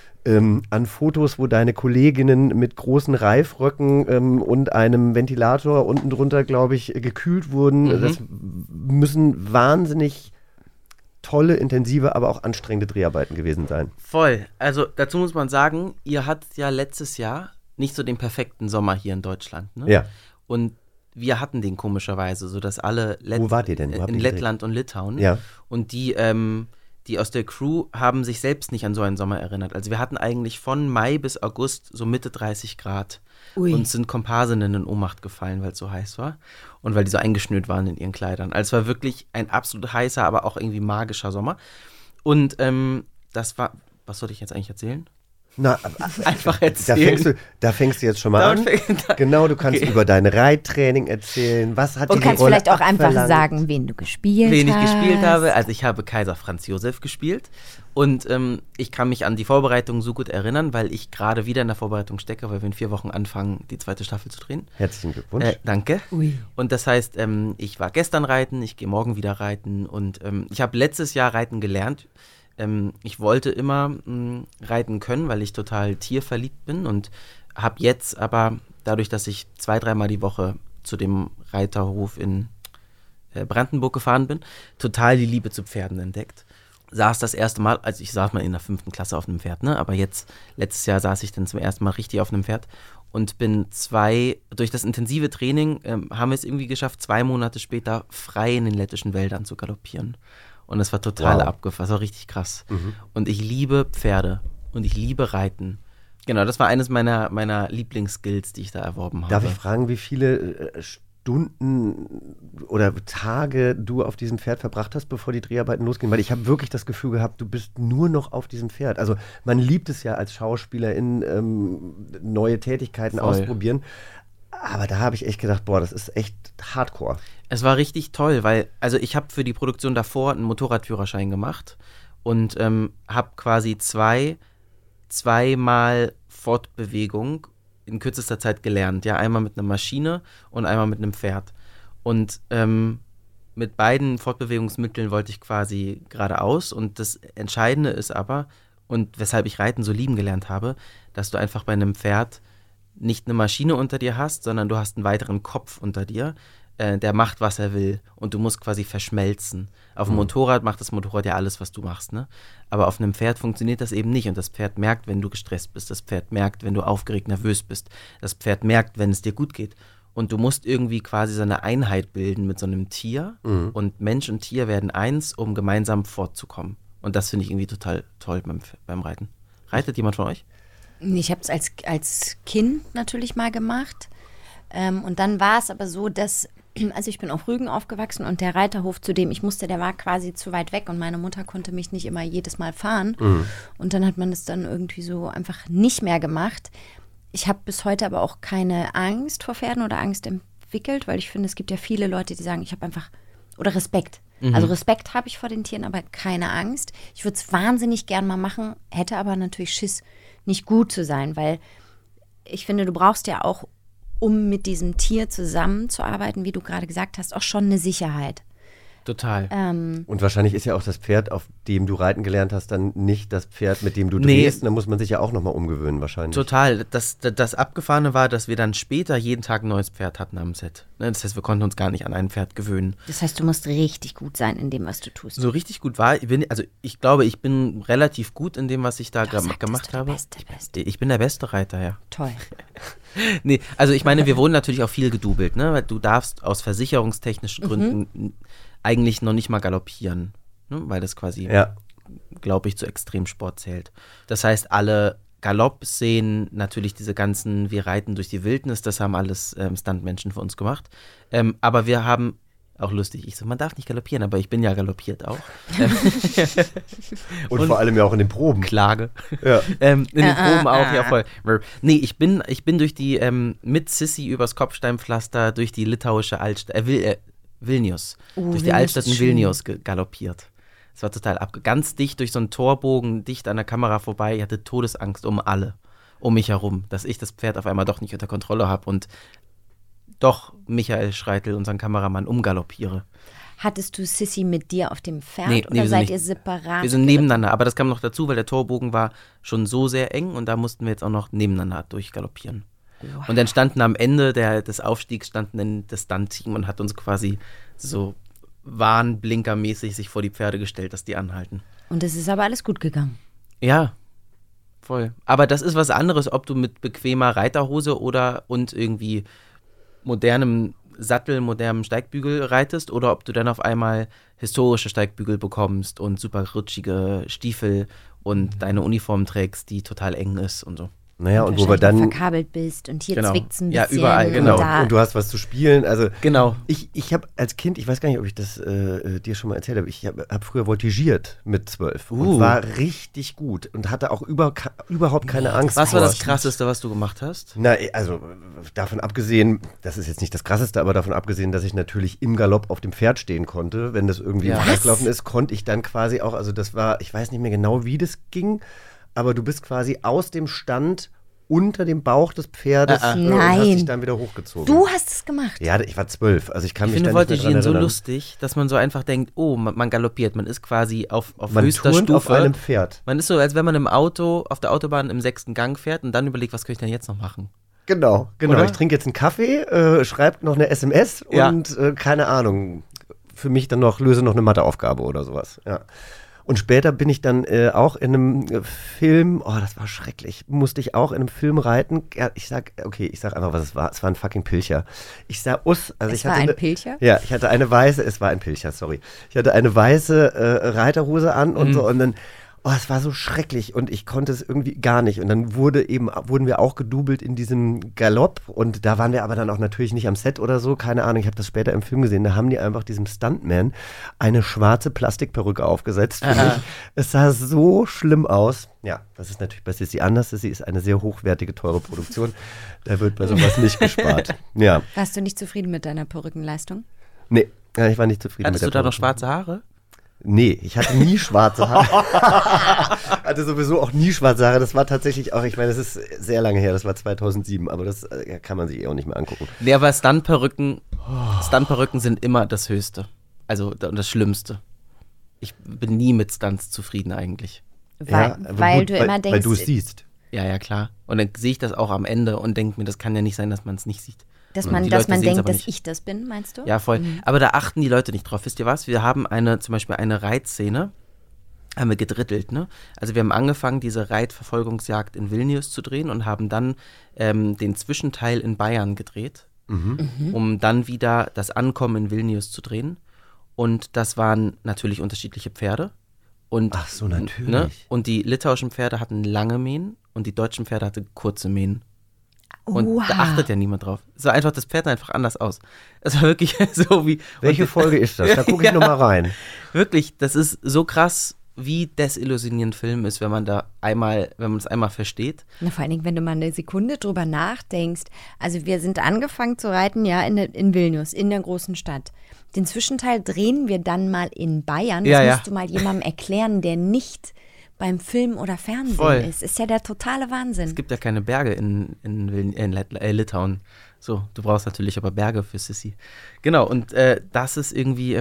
Fotos, wo deine Kolleginnen mit großen Reifröcken und einem Ventilator unten drunter, glaube ich, gekühlt wurden. Mhm. Das müssen wahnsinnig tolle, intensive, aber auch anstrengende Dreharbeiten gewesen sein. Voll. Also dazu muss man sagen, ihr hattet ja letztes Jahr nicht so den perfekten Sommer hier in Deutschland. Ne? Ja. Und wir hatten den komischerweise, sodass alle Wo wart ihr denn? in Lettland und Litauen. Ja. Und die aus der Crew haben sich selbst nicht an so einen Sommer erinnert. Also wir hatten eigentlich von Mai bis August so Mitte 30 Grad. Ui. Und sind Komparsinnen in Ohnmacht gefallen, weil es so heiß war. Und weil die so eingeschnürt waren in ihren Kleidern. Also es war wirklich ein absolut heißer, aber auch irgendwie magischer Sommer. Und das war, was sollte ich jetzt eigentlich erzählen? Na, einfach erzählen. Da fängst du jetzt schon mal an. Genau, du kannst über dein Reittraining erzählen. Was hat Und dir die kannst Rolle vielleicht auch einfach abverlangt? sagen, wen du gespielt hast. Wen ich gespielt habe. Also ich habe Kaiser Franz Josef gespielt. Und ich kann mich an die Vorbereitung so gut erinnern, weil ich gerade wieder in der Vorbereitung stecke, weil wir in 4 Wochen anfangen, die 2. Staffel zu drehen. Herzlichen Glückwunsch. Danke. Ui. Und das heißt, ich war gestern reiten, ich gehe morgen wieder reiten. Und ich habe letztes Jahr reiten gelernt. Ich wollte immer reiten können, weil ich total tierverliebt bin und habe jetzt aber, dadurch, dass ich 2-3 Mal die Woche zu dem Reiterhof in Brandenburg gefahren bin, total die Liebe zu Pferden entdeckt. Saß das erste Mal, also ich saß mal in der 5. Klasse auf einem Pferd, ne? Aber jetzt, letztes Jahr saß ich dann zum ersten Mal richtig auf einem Pferd und bin durch das intensive Training haben wir es irgendwie geschafft, 2 Monate später frei in den lettischen Wäldern zu galoppieren. Und das war total abgefahren, das war richtig krass. Mhm. Und ich liebe Pferde und ich liebe Reiten. Genau, das war eines meiner Lieblingsskills, die ich da erworben habe. Darf ich fragen, wie viele Stunden oder Tage du auf diesem Pferd verbracht hast, bevor die Dreharbeiten losgehen? Weil ich habe wirklich das Gefühl gehabt, du bist nur noch auf diesem Pferd. Also man liebt es ja als Schauspielerin, neue Tätigkeiten ausprobieren. Aber da habe ich echt gedacht, boah, das ist echt Hardcore. Es war richtig toll, weil, also ich habe für die Produktion davor einen Motorradführerschein gemacht und habe quasi zweimal Fortbewegung in kürzester Zeit gelernt. Ja, einmal mit einer Maschine und einmal mit einem Pferd. Und mit beiden Fortbewegungsmitteln wollte ich quasi geradeaus. Und das Entscheidende ist aber, und weshalb ich Reiten so lieben gelernt habe, dass du einfach bei einem Pferd nicht eine Maschine unter dir hast, sondern du hast einen weiteren Kopf unter dir, der macht, was er will und du musst quasi verschmelzen. Auf dem Motorrad macht das Motorrad ja alles, was du machst, ne? Aber auf einem Pferd funktioniert das eben nicht und das Pferd merkt, wenn du gestresst bist, das Pferd merkt, wenn du aufgeregt, nervös bist, das Pferd merkt, wenn es dir gut geht und du musst irgendwie quasi so eine Einheit bilden mit so einem Tier und Mensch und Tier werden eins, um gemeinsam fortzukommen und das finde ich irgendwie total toll beim Reiten. Reitet jemand von euch? Ich habe es als Kind natürlich mal gemacht. Und dann war es aber so, dass, also ich bin auf Rügen aufgewachsen und der Reiterhof, zu dem ich musste, der war quasi zu weit weg und meine Mutter konnte mich nicht immer jedes Mal fahren. Und dann hat man es dann irgendwie so einfach nicht mehr gemacht. Ich habe bis heute aber auch keine Angst vor Pferden oder Angst entwickelt, weil ich finde, es gibt ja viele Leute, die sagen, ich habe einfach, oder Respekt. Also Respekt habe ich vor den Tieren, aber keine Angst. Ich würde es wahnsinnig gern mal machen, hätte aber natürlich Schiss, nicht gut zu sein, weil ich finde, du brauchst ja auch, um mit diesem Tier zusammenzuarbeiten, wie du gerade gesagt hast, auch schon eine Sicherheit. Total. Und wahrscheinlich ist ja auch das Pferd, auf dem du reiten gelernt hast, dann nicht das Pferd, mit dem du drehst. Da muss man sich ja auch nochmal umgewöhnen wahrscheinlich. Total. Das Abgefahrene war, dass wir dann später jeden Tag ein neues Pferd hatten am Set. Das heißt, wir konnten uns gar nicht an ein Pferd gewöhnen. Das heißt, du musst richtig gut sein in dem, was du tust. So richtig gut war, ich glaube, ich bin relativ gut in dem, was ich da gemacht habe. Beste. Ich bin der beste Reiter, ja. Toll. Nee, also ich meine, wir wurden natürlich auch viel gedoubelt, ne? Weil du darfst aus versicherungstechnischen Gründen eigentlich noch nicht mal galoppieren, ne? Weil das quasi, glaube ich, zu Extremsport zählt. Das heißt, alle Galoppszenen, natürlich diese ganzen, wir reiten durch die Wildnis, das haben alles Stuntmenschen für uns gemacht. Aber wir haben, auch lustig, ich so, man darf nicht galoppieren, aber ich bin ja galoppiert auch. und vor allem ja auch in den Proben. Klage. Ja. In den Proben auch, ja voll. Nee, ich bin durch die, mit Sissi übers Kopfsteinpflaster, durch die litauische Altstadt, Vilnius, durch die Altstadt in Vilnius galoppiert. Es war total ganz dicht durch so einen Torbogen, dicht an der Kamera vorbei. Ich hatte Todesangst um mich herum, dass ich das Pferd auf einmal doch nicht unter Kontrolle habe und doch Michael Schreitel, unseren Kameramann, umgaloppiere. Hattest du Sissi mit dir auf dem Pferd oder seid ihr separat? Wir sind nebeneinander, aber das kam noch dazu, weil der Torbogen war schon so sehr eng und da mussten wir jetzt auch noch nebeneinander durchgaloppieren. Wow. Und dann standen am Ende des Aufstiegs das Stunt-Team und hat uns quasi so warnblinkermäßig sich vor die Pferde gestellt, dass die anhalten. Und es ist aber alles gut gegangen. Ja, voll. Aber das ist was anderes, ob du mit bequemer Reiterhose und irgendwie modernem Sattel, modernem Steigbügel reitest oder ob du dann auf einmal historische Steigbügel bekommst und super rutschige Stiefel und deine Uniform trägst, die total eng ist und so. Naja, und wo wir dann verkabelt bist und hier zwickt's ein bisschen. Ja, überall, genau. Und du hast was zu spielen. Also genau. Ich habe als Kind, ich weiß gar nicht, ob ich das dir schon mal erzählt habe, ich hab früher voltigiert mit 12 und war richtig gut und hatte auch überhaupt keine Angst. Was war das Krasseste, was du gemacht hast? Na, also davon abgesehen, das ist jetzt nicht das Krasseste, aber davon abgesehen, dass ich natürlich im Galopp auf dem Pferd stehen konnte, wenn das irgendwie weggelaufen ist, konnte ich dann quasi auch, also das war, ich weiß nicht mehr genau, wie das ging, aber du bist quasi aus dem Stand unter dem Bauch des Pferdes und hast dich dann wieder hochgezogen. Du hast es gemacht? Ja, ich war 12. Also ich kann mich finde da nicht mehr dran erinnern. so lustig, dass man so einfach denkt, oh, man galoppiert. Man ist quasi auf man höchster Stufe. auf einem Pferd. Man ist so, als wenn man im Auto auf der Autobahn im 6. Gang fährt und dann überlegt, was kann ich denn jetzt noch machen? Genau. Oder? Ich trinke jetzt einen Kaffee, schreibe noch eine SMS und keine Ahnung, für mich dann löse noch eine Matheaufgabe oder sowas. Ja. Und später bin ich dann auch in einem Film, das war schrecklich, musste ich auch in einem Film reiten. Ja, ich sag einfach, was es war. Es war ein fucking Pilcher. Ich sah ein Pilcher? Ja, ich hatte eine weiße, es war ein Pilcher, sorry. Ich hatte eine weiße Reiterhose an und so und dann Oh, es war so schrecklich und ich konnte es irgendwie gar nicht. Und dann wurden wir auch gedoubelt in diesem Galopp und da waren wir aber dann auch natürlich nicht am Set oder so, keine Ahnung, ich habe das später im Film gesehen, da haben die einfach diesem Stuntman eine schwarze Plastikperücke aufgesetzt für mich. Es sah so schlimm aus. Ja, das ist natürlich bei Sissi anders. Sissi ist eine sehr hochwertige, teure Produktion. Da wird bei sowas nicht gespart. Ja. Warst du nicht zufrieden mit deiner Perückenleistung? Nee, ich war nicht zufrieden Hattest mit der du da noch Perücke. schwarze Haare? Nee, ich hatte nie schwarze Haare. Hatte sowieso auch nie schwarze Haare. Das war tatsächlich auch, ich meine, das ist sehr lange her, das war 2007, aber das kann man sich auch nicht mehr angucken. Nee, aber Stuntperücken sind immer das Höchste. Also das Schlimmste. Ich bin nie mit Stunts zufrieden eigentlich. Weil du immer denkst... Weil du es siehst. Ja, klar. Und dann sehe ich das auch am Ende und denke mir, das kann ja nicht sein, dass man es nicht sieht. Dass man denkt, dass ich das bin, meinst du? Ja, voll. Aber da achten die Leute nicht drauf. Wisst ihr was? Wir haben zum Beispiel eine Reitszene, haben wir gedrittelt, ne? Also wir haben angefangen, diese Reitverfolgungsjagd in Vilnius zu drehen und haben dann den Zwischenteil in Bayern gedreht, um dann wieder das Ankommen in Vilnius zu drehen. Und das waren natürlich unterschiedliche Pferde. Und, ach so, natürlich. Ne? Und die litauischen Pferde hatten lange Mähen und die deutschen Pferde hatten kurze Mähen. Und da achtet ja niemand drauf. So einfach, das Pferd sah einfach anders aus. Das war wirklich so wie... Welche Folge ist das? Da gucke ich nochmal rein. Wirklich, das ist so krass, wie desillusionierend Film ist, wenn man es einmal versteht. Na, vor allen Dingen, wenn du mal eine Sekunde drüber nachdenkst. Also wir sind angefangen zu reiten, ja, in Vilnius, in der großen Stadt. Den Zwischenteil drehen wir dann mal in Bayern. Das musst du mal jemandem erklären, der nicht beim Film oder Fernsehen ist ja der totale Wahnsinn. Es gibt ja keine Berge in Litauen. So, du brauchst natürlich aber Berge für Sissi. Genau, und das ist irgendwie,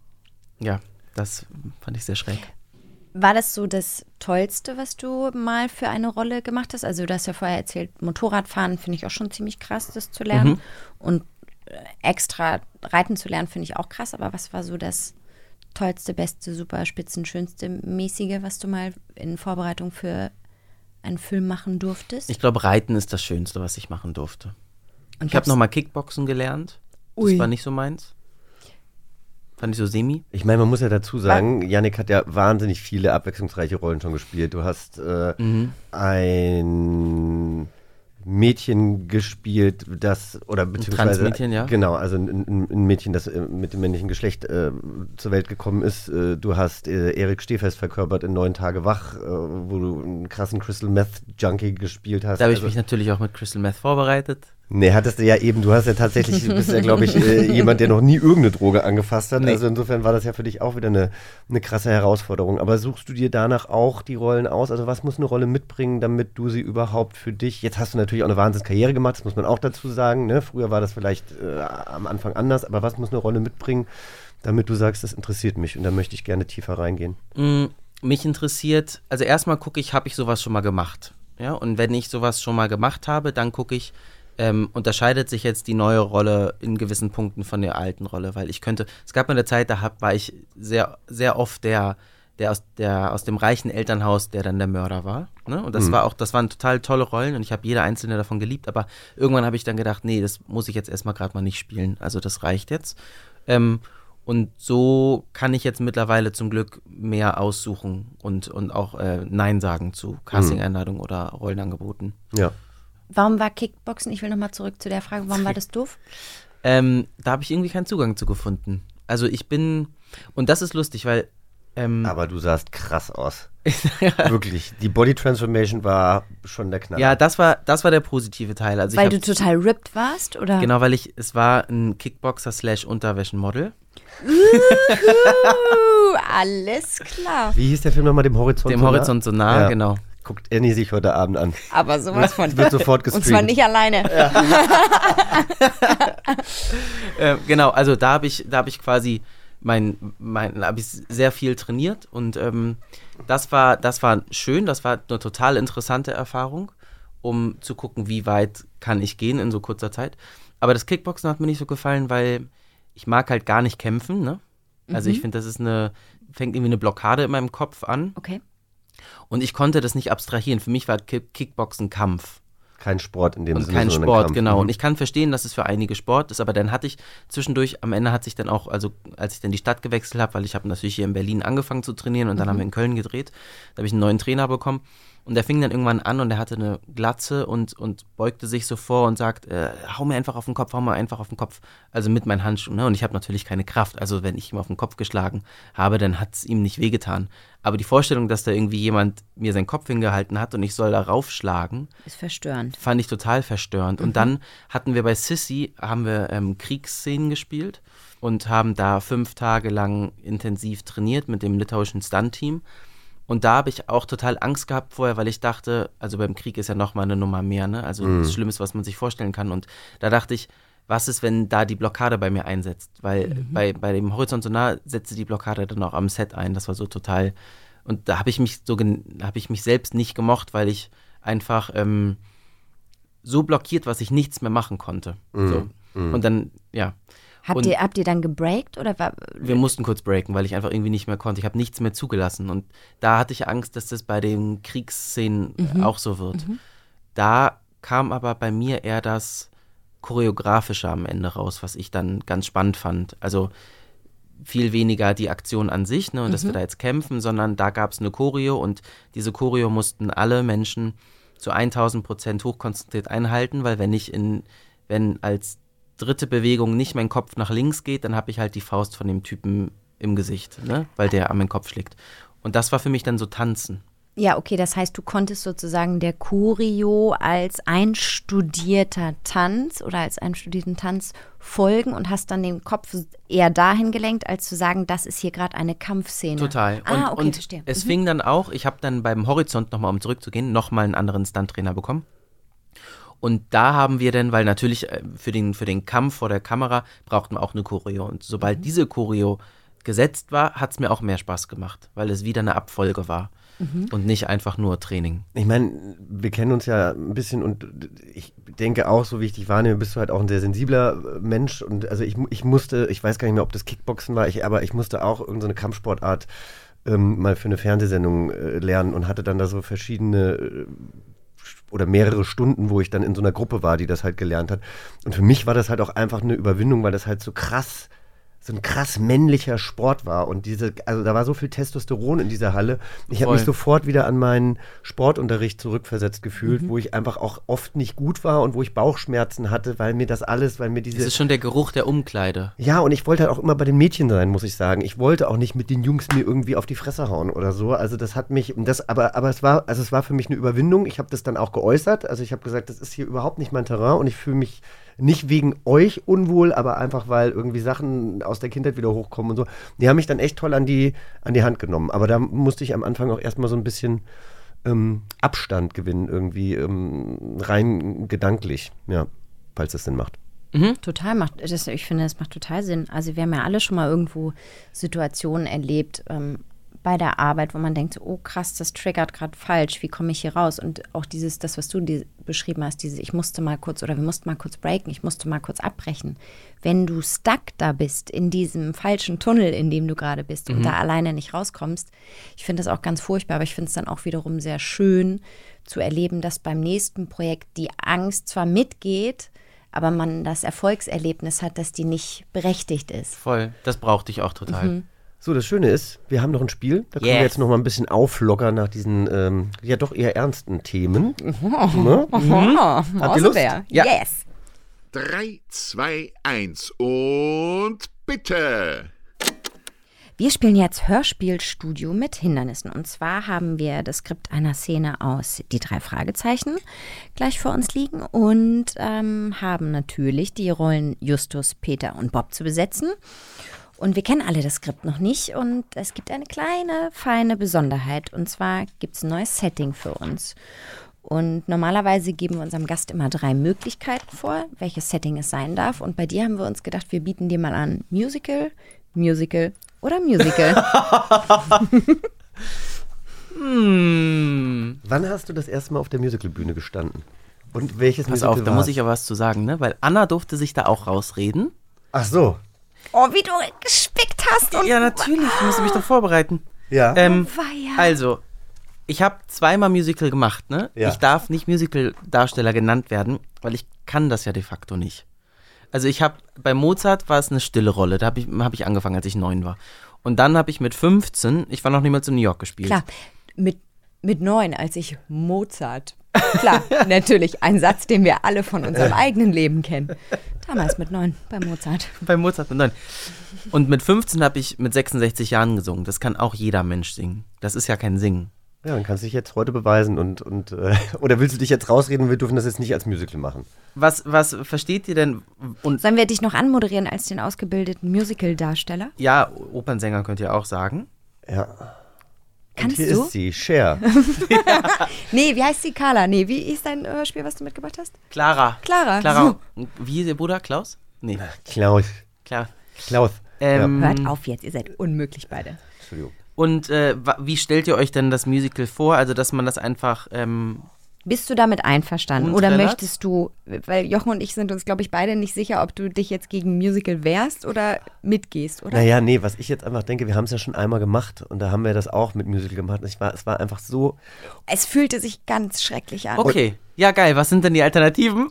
das fand ich sehr schräg. War das so das Tollste, was du mal für eine Rolle gemacht hast? Also du hast ja vorher erzählt, Motorradfahren finde ich auch schon ziemlich krass, das zu lernen. Und extra reiten zu lernen finde ich auch krass. Aber was war so das Tollste, beste, super, spitzen, schönste, mäßige, was du mal in Vorbereitung für einen Film machen durftest? Ich glaube, Reiten ist das Schönste, was ich machen durfte. Und ich habe nochmal Kickboxen gelernt. Das war nicht so meins. Fand ich so semi. Ich meine, man muss ja dazu sagen, Yannick hat ja wahnsinnig viele abwechslungsreiche Rollen schon gespielt. Du hast ein Mädchen gespielt, beziehungsweise ein Transmädchen, ja. Genau, also ein Mädchen, das mit dem männlichen Geschlecht zur Welt gekommen ist. Du hast Erik Stehfest verkörpert in 9 Tage wach, wo du einen krassen Crystal Meth Junkie gespielt hast. Da habe ich mich natürlich auch mit Crystal Meth vorbereitet. Nee, hattest du ja eben, du bist ja, glaube ich, jemand, der noch nie irgendeine Droge angefasst hat. Nee. Also insofern war das ja für dich auch wieder eine krasse Herausforderung. Aber suchst du dir danach auch die Rollen aus? Also was muss eine Rolle mitbringen, damit du sie überhaupt für dich, jetzt hast du natürlich auch eine Wahnsinnskarriere gemacht, das muss man auch dazu sagen, ne? Früher war das vielleicht am Anfang anders, aber was muss eine Rolle mitbringen, damit du sagst, das interessiert mich und da möchte ich gerne tiefer reingehen? Mich interessiert, also erstmal gucke ich, habe ich sowas schon mal gemacht? Ja, und wenn ich sowas schon mal gemacht habe, dann gucke ich, unterscheidet sich jetzt die neue Rolle in gewissen Punkten von der alten Rolle, weil es gab mal eine Zeit, da war ich sehr, sehr oft der aus dem reichen Elternhaus, der dann der Mörder war, ne? Und das waren total tolle Rollen und ich habe jede einzelne davon geliebt, aber irgendwann habe ich dann gedacht, nee, das muss ich jetzt erstmal gerade mal nicht spielen, also das reicht jetzt. Und so kann ich jetzt mittlerweile zum Glück mehr aussuchen und auch Nein sagen zu Casting-Einladungen oder Rollenangeboten. Ja. Warum war Kickboxen, ich will nochmal zurück zu der Frage, warum war das doof? Da habe ich irgendwie keinen Zugang zu gefunden. Also und das ist lustig, weil... aber du sahst krass aus. Wirklich, die Body Transformation war schon der Knaller. Ja, das war der positive Teil. Also weil du total ripped warst, oder? Genau, weil es war ein Kickboxer/Unterwäschenmodel. Alles klar. Wie hieß der Film nochmal, Dem Horizont so nah? Dem Horizont so nah, genau. Guckt Annie sich heute Abend an. Aber sowas von. Wird sofort gestreamt. Und zwar nicht alleine. Ja. Genau, also da habe ich quasi habe ich sehr viel trainiert und das war schön, das war eine total interessante Erfahrung, um zu gucken, wie weit kann ich gehen in so kurzer Zeit. Aber das Kickboxen hat mir nicht so gefallen, weil ich mag halt gar nicht kämpfen, ne? Also ich finde, fängt irgendwie eine Blockade in meinem Kopf an. Okay. Und ich konnte das nicht abstrahieren. Für mich war Kickboxen Kampf. kein Sport in dem und Sinne. kein sondern Sport, Kampf. genau. Und ich kann verstehen, dass es für einige Sport ist, aber dann hatte ich zwischendurch, am Ende hat sich dann auch, also als ich dann die Stadt gewechselt habe, weil ich habe natürlich hier in Berlin angefangen zu trainieren und dann haben wir in Köln gedreht, da habe ich einen neuen Trainer bekommen und der fing dann irgendwann an und der hatte eine Glatze und beugte sich so vor und sagt, hau mir einfach auf den Kopf, also mit meinen Handschuhen, ne? Und ich habe natürlich keine Kraft, also wenn ich ihm auf den Kopf geschlagen habe, dann hat es ihm nicht wehgetan. Aber die Vorstellung, dass da irgendwie jemand mir seinen Kopf hingehalten hat und ich soll da raufschlagen, ist verstörend. Fand ich total verstörend. Und dann hatten wir bei Sissy, Kriegsszenen gespielt und haben da 5 Tage lang intensiv trainiert mit dem litauischen Stunt-Team. Und da habe ich auch total Angst gehabt vorher, weil ich dachte, also beim Krieg ist ja nochmal eine Nummer mehr, ne? Also das Schlimmste, was man sich vorstellen kann. Und da dachte ich, was ist, wenn da die Blockade bei mir einsetzt? Weil bei dem Horizont so nah setzte die Blockade dann auch am Set ein. Das war so total. Und da habe ich mich selbst nicht gemocht, weil ich einfach so blockiert, was ich nichts mehr machen konnte. So. Und dann, ja. Habt ihr dann gebreakt oder war? Wir mussten kurz breaken, weil ich einfach irgendwie nicht mehr konnte. Ich habe nichts mehr zugelassen. Und da hatte ich Angst, dass das bei den Kriegsszenen auch so wird. Da kam aber bei mir eher das Choreografische am Ende raus, was ich dann ganz spannend fand. Also viel weniger die Aktion an sich, ne, und dass wir da jetzt kämpfen, sondern da gab es eine Choreo und diese Choreo mussten alle Menschen zu 1000% hochkonzentriert einhalten, weil wenn als dritte Bewegung nicht mein Kopf nach links geht, dann habe ich halt die Faust von dem Typen im Gesicht, ne, weil der an meinen Kopf schlägt. Und das war für mich dann so Tanzen. Ja, okay, das heißt, du konntest sozusagen der Choreo als einstudierter Tanz oder als einstudierten Tanz folgen und hast dann den Kopf eher dahin gelenkt, als zu sagen, das ist hier gerade eine Kampfszene. Total. Und verstehe. Es fing dann auch, ich habe dann beim Horizont nochmal, um zurückzugehen, nochmal einen anderen Stunttrainer bekommen. Und da haben wir dann, weil natürlich für den Kampf vor der Kamera brauchten wir auch eine Choreo. Und sobald diese Choreo gesetzt war, hat es mir auch mehr Spaß gemacht, weil es wieder eine Abfolge war. Und nicht einfach nur Training. Ich meine, wir kennen uns ja ein bisschen und ich denke auch, so wie ich dich wahrnehme, bist du halt auch ein sehr sensibler Mensch und also ich weiß gar nicht mehr, ob das Kickboxen war, aber ich musste auch irgendeine Kampfsportart mal für eine Fernsehsendung lernen und hatte dann da so verschiedene oder mehrere Stunden, wo ich dann in so einer Gruppe war, die das halt gelernt hat. Und für mich war das halt auch einfach eine Überwindung, weil das halt so ein krass männlicher Sport war und also da war so viel Testosteron in dieser Halle. Ich habe mich sofort wieder an meinen Sportunterricht zurückversetzt gefühlt, wo ich einfach auch oft nicht gut war und wo ich Bauchschmerzen hatte, weil mir das ist schon der Geruch der Umkleide. Ja, und ich wollte halt auch immer bei den Mädchen sein, muss ich sagen. Ich wollte auch nicht mit den Jungs mir irgendwie auf die Fresse hauen oder so. Also das hat mich, aber es war für mich eine Überwindung. Ich habe das dann auch geäußert. Also ich habe gesagt, das ist hier überhaupt nicht mein Terrain und ich fühle mich nicht wegen euch unwohl, aber einfach, weil irgendwie Sachen aus der Kindheit wieder hochkommen und so. Die haben mich dann echt toll an die Hand genommen. Aber da musste ich am Anfang auch erstmal so ein bisschen Abstand gewinnen, irgendwie rein gedanklich, ja, falls das Sinn macht. Total ich finde, das macht total Sinn. Also wir haben ja alle schon mal irgendwo Situationen erlebt, bei der Arbeit, wo man denkt, oh krass, das triggert gerade falsch, wie komme ich hier raus? Und auch das, was du beschrieben hast, wir mussten mal kurz breaken, ich musste mal kurz abbrechen. Wenn du stuck da bist, in diesem falschen Tunnel, in dem du gerade bist und da alleine nicht rauskommst, ich finde das auch ganz furchtbar, aber ich finde es dann auch wiederum sehr schön zu erleben, dass beim nächsten Projekt die Angst zwar mitgeht, aber man das Erfolgserlebnis hat, dass die nicht berechtigt ist. Voll, das brauchte ich auch total. So, das Schöne ist, wir haben noch ein Spiel. Da können wir jetzt noch mal ein bisschen auflockern nach diesen ja doch eher ernsten Themen. Ne? Habt ihr Lust? Ja. Yes. 3, 2, 1 und bitte. Wir spielen jetzt Hörspielstudio mit Hindernissen. Und zwar haben wir das Skript einer Szene aus Die 3 Fragezeichen gleich vor uns liegen und haben natürlich die Rollen Justus, Peter und Bob zu besetzen. Und wir kennen alle das Skript noch nicht und es gibt eine kleine, feine Besonderheit. Und zwar gibt es ein neues Setting für uns. Und normalerweise geben wir unserem Gast immer 3 Möglichkeiten vor, welches Setting es sein darf. Und bei dir haben wir uns gedacht, wir bieten dir mal an Musical, Musical oder Musical. Wann hast du das erste Mal auf der Musicalbühne gestanden? Und welches Pass Musical auf, da muss ich ja was zu sagen, ne? Weil Anna durfte sich da auch rausreden. Ach so. Oh, wie du gespickt hast. Und ja, natürlich. Ich musste mich doch vorbereiten. Ja. Also, Ich habe zweimal Musical gemacht, ne? Ja. Ich darf nicht Musical-Darsteller genannt werden, weil ich kann das ja de facto nicht. Also bei Mozart war es eine stille Rolle, da hab ich angefangen, als ich 9 war. Und dann habe ich mit 15, ich war noch niemals in New York gespielt. Klar, mit 9, als ich Mozart. Klar, natürlich, ein Satz, den wir alle von unserem eigenen Leben kennen. Damals mit 9 bei Mozart. Bei Mozart mit 9. Und mit 15 habe ich mit 66 Jahren gesungen. Das kann auch jeder Mensch singen. Das ist ja kein Singen. Ja, dann kannst du dich jetzt heute beweisen oder willst du dich jetzt rausreden, wir dürfen das jetzt nicht als Musical machen? Was versteht ihr denn? Sollen wir dich noch anmoderieren als den ausgebildeten Musical-Darsteller? Ja, Opernsänger könnt ihr auch sagen. Ja. Kannst und hier du? ist sie, Cher. Nee, wie heißt sie? Carla. Nee, wie ist dein Hörspiel, was du mitgebracht hast? Clara. So. Wie ist ihr Bruder? Klaus? Nee. Klaus. Hört auf jetzt, ihr seid unmöglich beide. Entschuldigung. Und wie stellt ihr euch denn das Musical vor? Also, dass man das einfach... Bist du damit einverstanden? Oder Untrellert? möchtest du, weil Jochen und ich sind uns, glaube ich, beide nicht sicher, ob du dich jetzt gegen Musical wehrst oder mitgehst, oder? Naja, nee, was ich jetzt einfach denke, wir haben es ja schon einmal gemacht und da haben wir das auch mit Musical gemacht. Es war einfach so... Es fühlte sich ganz schrecklich an. Okay, ja geil, was sind denn die Alternativen?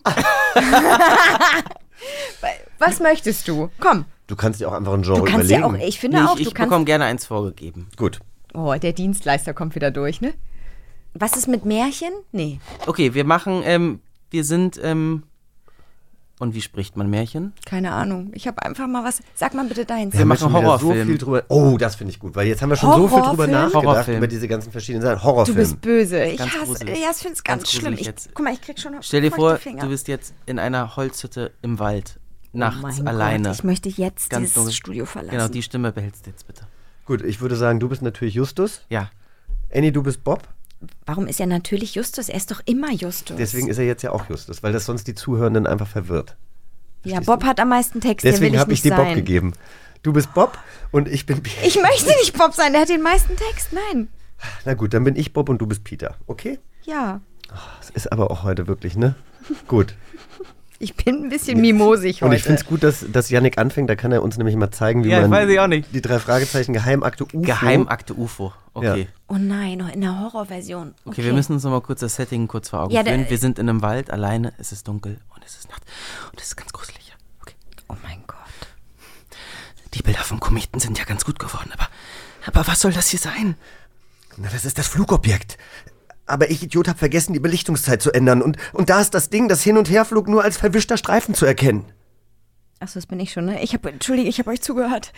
Was möchtest du? Komm. Du kannst dir auch einfach ein Genre Du kannst überlegen. ja auch, ich finde auch, du Ich kannst... bekomme gerne eins vorgegeben. Gut. Oh, der Dienstleister kommt wieder durch, ne? Was ist mit Märchen? Nee. Okay, wir machen, wir sind, und wie spricht man Märchen? Keine Ahnung. Ich habe einfach mal was... Sag mal bitte deins. Wir machen schon wieder Horrorfilm. So viel drüber. Oh, das finde ich gut, weil jetzt haben wir schon so viel drüber Horrorfilm? nachgedacht, Horrorfilm. über diese ganzen verschiedenen Sachen. Du Horrorfilm. bist böse. Ich Ganz hasse... gruselig. Ja, ich finde es ganz schlimm. gruselig jetzt. Guck mal, ich krieg schon Stell dir feuchte vor, Finger. du bist jetzt in einer Holzhütte im Wald, nachts Oh mein alleine. Gott, ich möchte jetzt Ganz dieses dunkel. Studio verlassen. Genau, die Stimme behältst du jetzt bitte. Gut, ich würde sagen, du bist natürlich Justus. Ja. Annie, du bist Bob. Warum ist er natürlich Justus? Er ist doch immer Justus. Deswegen ist er jetzt ja auch Justus, weil das sonst die Zuhörenden einfach verwirrt. Ja, Bob hat am meisten Text, der will Deswegen ich habe ich nicht dir Bob sein. gegeben. Du bist Bob und ich bin Peter. Ich möchte nicht Bob sein, der hat den meisten Text. Nein. Na gut, dann bin ich Bob und du bist Peter. Okay? Ja. Das ist aber auch heute wirklich, ne? Gut. Ich bin ein bisschen mimosig heute. Und ich finde es gut, dass Yannick anfängt. Da kann er uns nämlich mal zeigen, wie Ja, man weiß ich auch nicht. die 3 Fragezeichen Geheimakte UFO. Geheimakte UFO, okay. Ja. Oh nein, noch in der Horrorversion. Okay, wir müssen uns noch mal kurz das Setting kurz vor Augen Ja, führen. Wir sind in einem Wald, alleine, es ist dunkel und es ist Nacht. Und es ist ganz gruselig. Okay. Oh mein Gott. Die Bilder vom Kometen sind ja ganz gut geworden, aber was soll das hier sein? Na, das ist das Flugobjekt. Aber ich, Idiot, habe vergessen, die Belichtungszeit zu ändern. Und da ist das Ding, das hin und her flog, nur als verwischter Streifen zu erkennen. Achso, das bin ich schon, ne? Entschuldige, ich habe euch zugehört.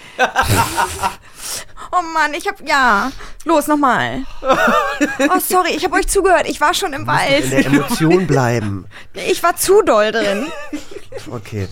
Oh Mann, ja. Los, nochmal. Oh, sorry, ich habe euch zugehört. Ich war schon im Wald. In der Emotion bleiben. Ich war zu doll drin. Okay.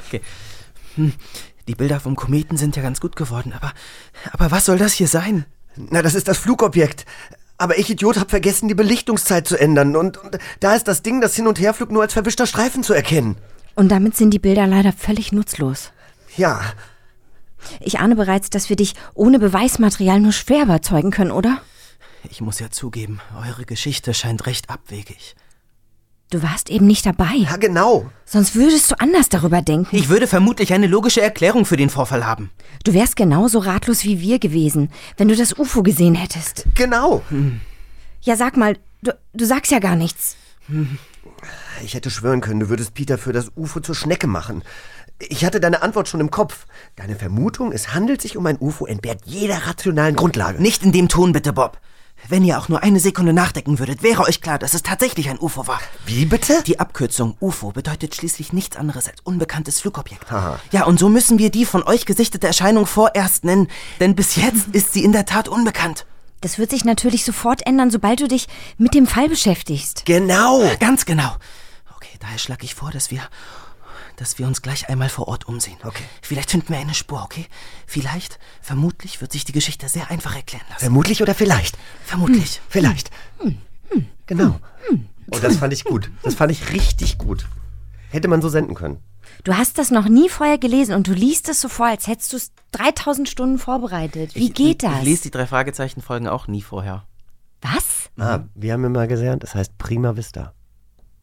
Die Bilder vom Kometen sind ja ganz gut geworden, aber was soll das hier sein? Na, das ist das Flugobjekt. Aber ich, Idiot, habe vergessen, die Belichtungszeit zu ändern. Und da ist das Ding, das hin und her flog, nur als verwischter Streifen zu erkennen. Und damit sind die Bilder leider völlig nutzlos. Ja. Ich ahne bereits, dass wir dich ohne Beweismaterial nur schwer überzeugen können, oder? Ich muss ja zugeben, eure Geschichte scheint recht abwegig. Du warst eben nicht dabei. Ja, genau. Sonst würdest du anders darüber denken. Ich würde vermutlich eine logische Erklärung für den Vorfall haben. Du wärst genauso ratlos wie wir gewesen, wenn du das UFO gesehen hättest. Genau. Ja, sag mal, du sagst ja gar nichts. Ich hätte schwören können, du würdest Peter für das UFO zur Schnecke machen. Ich hatte deine Antwort schon im Kopf. Deine Vermutung, es handelt sich um ein UFO, entbehrt jeder rationalen Grundlage. Nicht in dem Ton, bitte, Bob. Wenn ihr auch nur eine Sekunde nachdenken würdet, wäre euch klar, dass es tatsächlich ein UFO war. Wie bitte? Die Abkürzung UFO bedeutet schließlich nichts anderes als unbekanntes Flugobjekt. Aha. Ja, und so müssen wir die von euch gesichtete Erscheinung vorerst nennen, denn bis jetzt ist sie in der Tat unbekannt. Das wird sich natürlich sofort ändern, sobald du dich mit dem Fall beschäftigst. Genau. Ganz genau. Okay, daher schlage ich vor, dass wir uns gleich einmal vor Ort umsehen. Okay. Vielleicht finden wir eine Spur, okay? Vermutlich wird sich die Geschichte sehr einfach erklären lassen. Vermutlich oder vielleicht? Vermutlich. Vielleicht. Genau. Oh, das fand ich gut. Das fand ich richtig gut. Hätte man so senden können. Du hast das noch nie vorher gelesen und du liest es so vor, als hättest du es 3000 Stunden vorbereitet. Wie geht das? Ich lese die 3 Fragezeichen-Folgen auch nie vorher. Was? Wir haben ja mal gelernt, das heißt Prima Vista.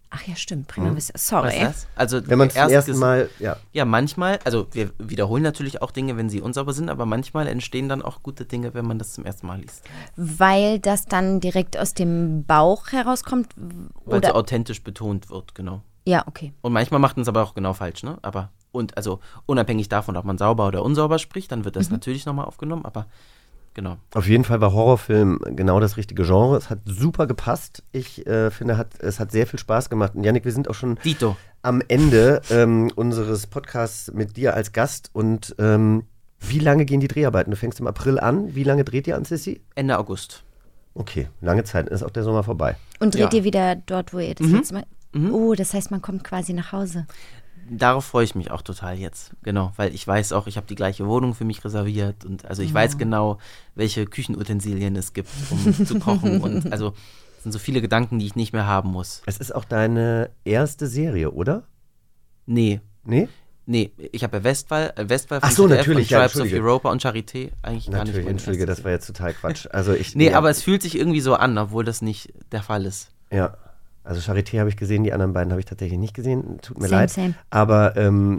Ach ja, stimmt, Prima Vista. Sorry. Was ist das? Also wenn man es zum ersten Mal, Ja, manchmal, also wir wiederholen natürlich auch Dinge, wenn sie unsauber sind, aber manchmal entstehen dann auch gute Dinge, wenn man das zum ersten Mal liest. Weil das dann direkt aus dem Bauch herauskommt? Weil so authentisch betont wird, genau. Ja, okay. Und manchmal macht man es aber auch genau falsch, ne? Aber, und also unabhängig davon, ob man sauber oder unsauber spricht, dann wird das natürlich nochmal aufgenommen, aber genau. Auf jeden Fall war Horrorfilm genau das richtige Genre. Es hat super gepasst. Ich finde, es hat sehr viel Spaß gemacht. Und Yannick, wir sind auch schon am Ende unseres Podcasts mit dir als Gast. Und wie lange gehen die Dreharbeiten? Du fängst im April an. Wie lange dreht ihr an, Sissi? Ende August. Okay, lange Zeit. Ist auch der Sommer vorbei. Und dreht ihr wieder dort, wo ihr das letzte Mal... Oh, das heißt, man kommt quasi nach Hause. Darauf freue ich mich auch total jetzt, genau, weil ich weiß auch, ich habe die gleiche Wohnung für mich reserviert und also ich weiß genau, welche Küchenutensilien es gibt, um zu kochen und also es sind so viele Gedanken, die ich nicht mehr haben muss. Es ist auch deine erste Serie, oder? Nee. Nee? Nee, ich habe ja Westphal von natürlich, Tribes of Europa und Charité eigentlich gar nicht. Entschuldige, das war jetzt total Quatsch. Also aber es fühlt sich irgendwie so an, obwohl das nicht der Fall ist. Ja. Also Charité habe ich gesehen, die anderen beiden habe ich tatsächlich nicht gesehen. Tut mir Same, leid. same. Aber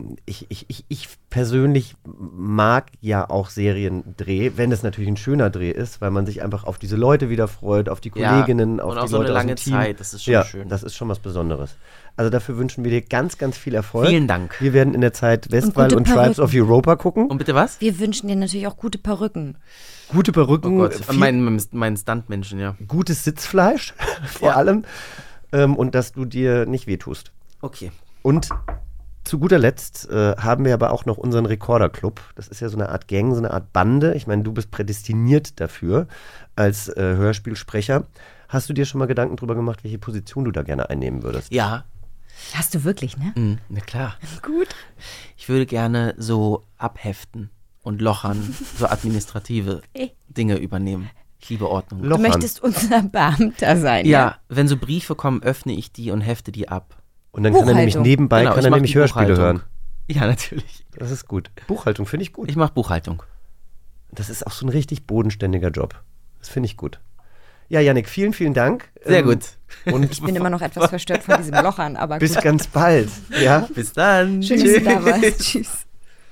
ich persönlich mag ja auch Seriendreh, wenn es natürlich ein schöner Dreh ist, weil man sich einfach auf diese Leute wieder freut, auf die Kolleginnen, auf die so Leute eine lange aus dem Team. Zeit, das ist schon schön. Das ist schon was Besonderes. Also dafür wünschen wir dir ganz, ganz viel Erfolg. Vielen Dank. Wir werden in der Zeit Westphal und Tribes of Europa gucken. Und bitte was? Wir wünschen dir natürlich auch gute Perücken. Gute Perücken. Oh Gott, mein Stuntmenschen, ja. Gutes Sitzfleisch vor allem. Und dass du dir nicht wehtust. Okay. Und zu guter Letzt haben wir aber auch noch unseren Rekorder-Club. Das ist ja so eine Art Gang, so eine Art Bande. Ich meine, du bist prädestiniert dafür als Hörspielsprecher. Hast du dir schon mal Gedanken darüber gemacht, welche Position du da gerne einnehmen würdest? Ja. Hast du wirklich, ne? Na klar. Gut. Ich würde gerne so abheften und lochern, so administrative Dinge übernehmen. Ich liebe Ordnung. Du möchtest unser Beamter sein, ja? Wenn so Briefe kommen, öffne ich die und hefte die ab. Und dann kann er nämlich nebenbei Hörspiele hören. Ja, natürlich. Das ist gut. Buchhaltung finde ich gut. Ich mache Buchhaltung. Das ist auch so ein richtig bodenständiger Job. Das finde ich gut. Ja, Yannick, vielen, vielen Dank. Sehr gut. Und ich bin immer noch etwas verstört von diesem Lochern, aber bis gut. ganz bald. Ja? Bis dann. Schön, dass du da warst. Tschüss.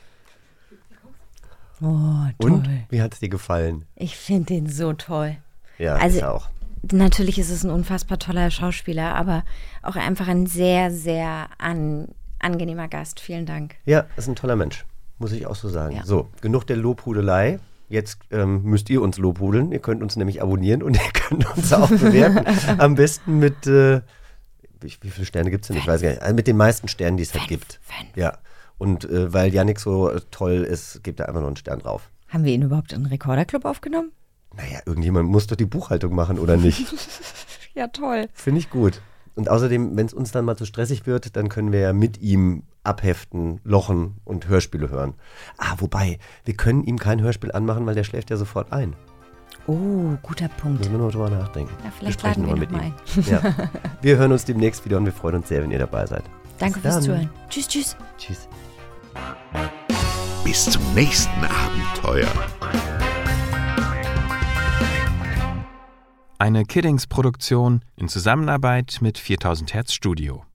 Oh, toll. Und wie hat es dir gefallen? Ich finde den so toll. Ja, also, ich auch. Natürlich ist es ein unfassbar toller Schauspieler, aber auch einfach ein sehr, sehr angenehmer Gast. Vielen Dank. Ja, ist ein toller Mensch, muss ich auch so sagen. Ja. So, genug der Lobhudelei. Jetzt müsst ihr uns lobhudeln. Ihr könnt uns nämlich abonnieren und ihr könnt uns auch bewerten. Am besten mit, wie viele Sterne gibt es denn? Ich weiß gar nicht. Also mit den meisten Sternen, die es halt gibt. 5. Ja. Und weil Yannick so toll ist, gibt er einfach noch einen Stern drauf. Haben wir ihn überhaupt in den Rekorderclub aufgenommen? Naja, irgendjemand muss doch die Buchhaltung machen, oder nicht? Ja, toll. Finde ich gut. Und außerdem, wenn es uns dann mal zu stressig wird, dann können wir ja mit ihm abheften, lochen und Hörspiele hören. Wobei, wir können ihm kein Hörspiel anmachen, weil der schläft ja sofort ein. Oh, guter Punkt. Müssen wir nur drüber nachdenken. Ja, vielleicht laden wir mit ihm ein. Ja. Wir hören uns demnächst wieder und wir freuen uns sehr, wenn ihr dabei seid. Danke fürs Zuhören. Tschüss, tschüss. Tschüss. Bis zum nächsten Abenteuer. Eine Kiddings-Produktion in Zusammenarbeit mit 4000 Hertz Studio.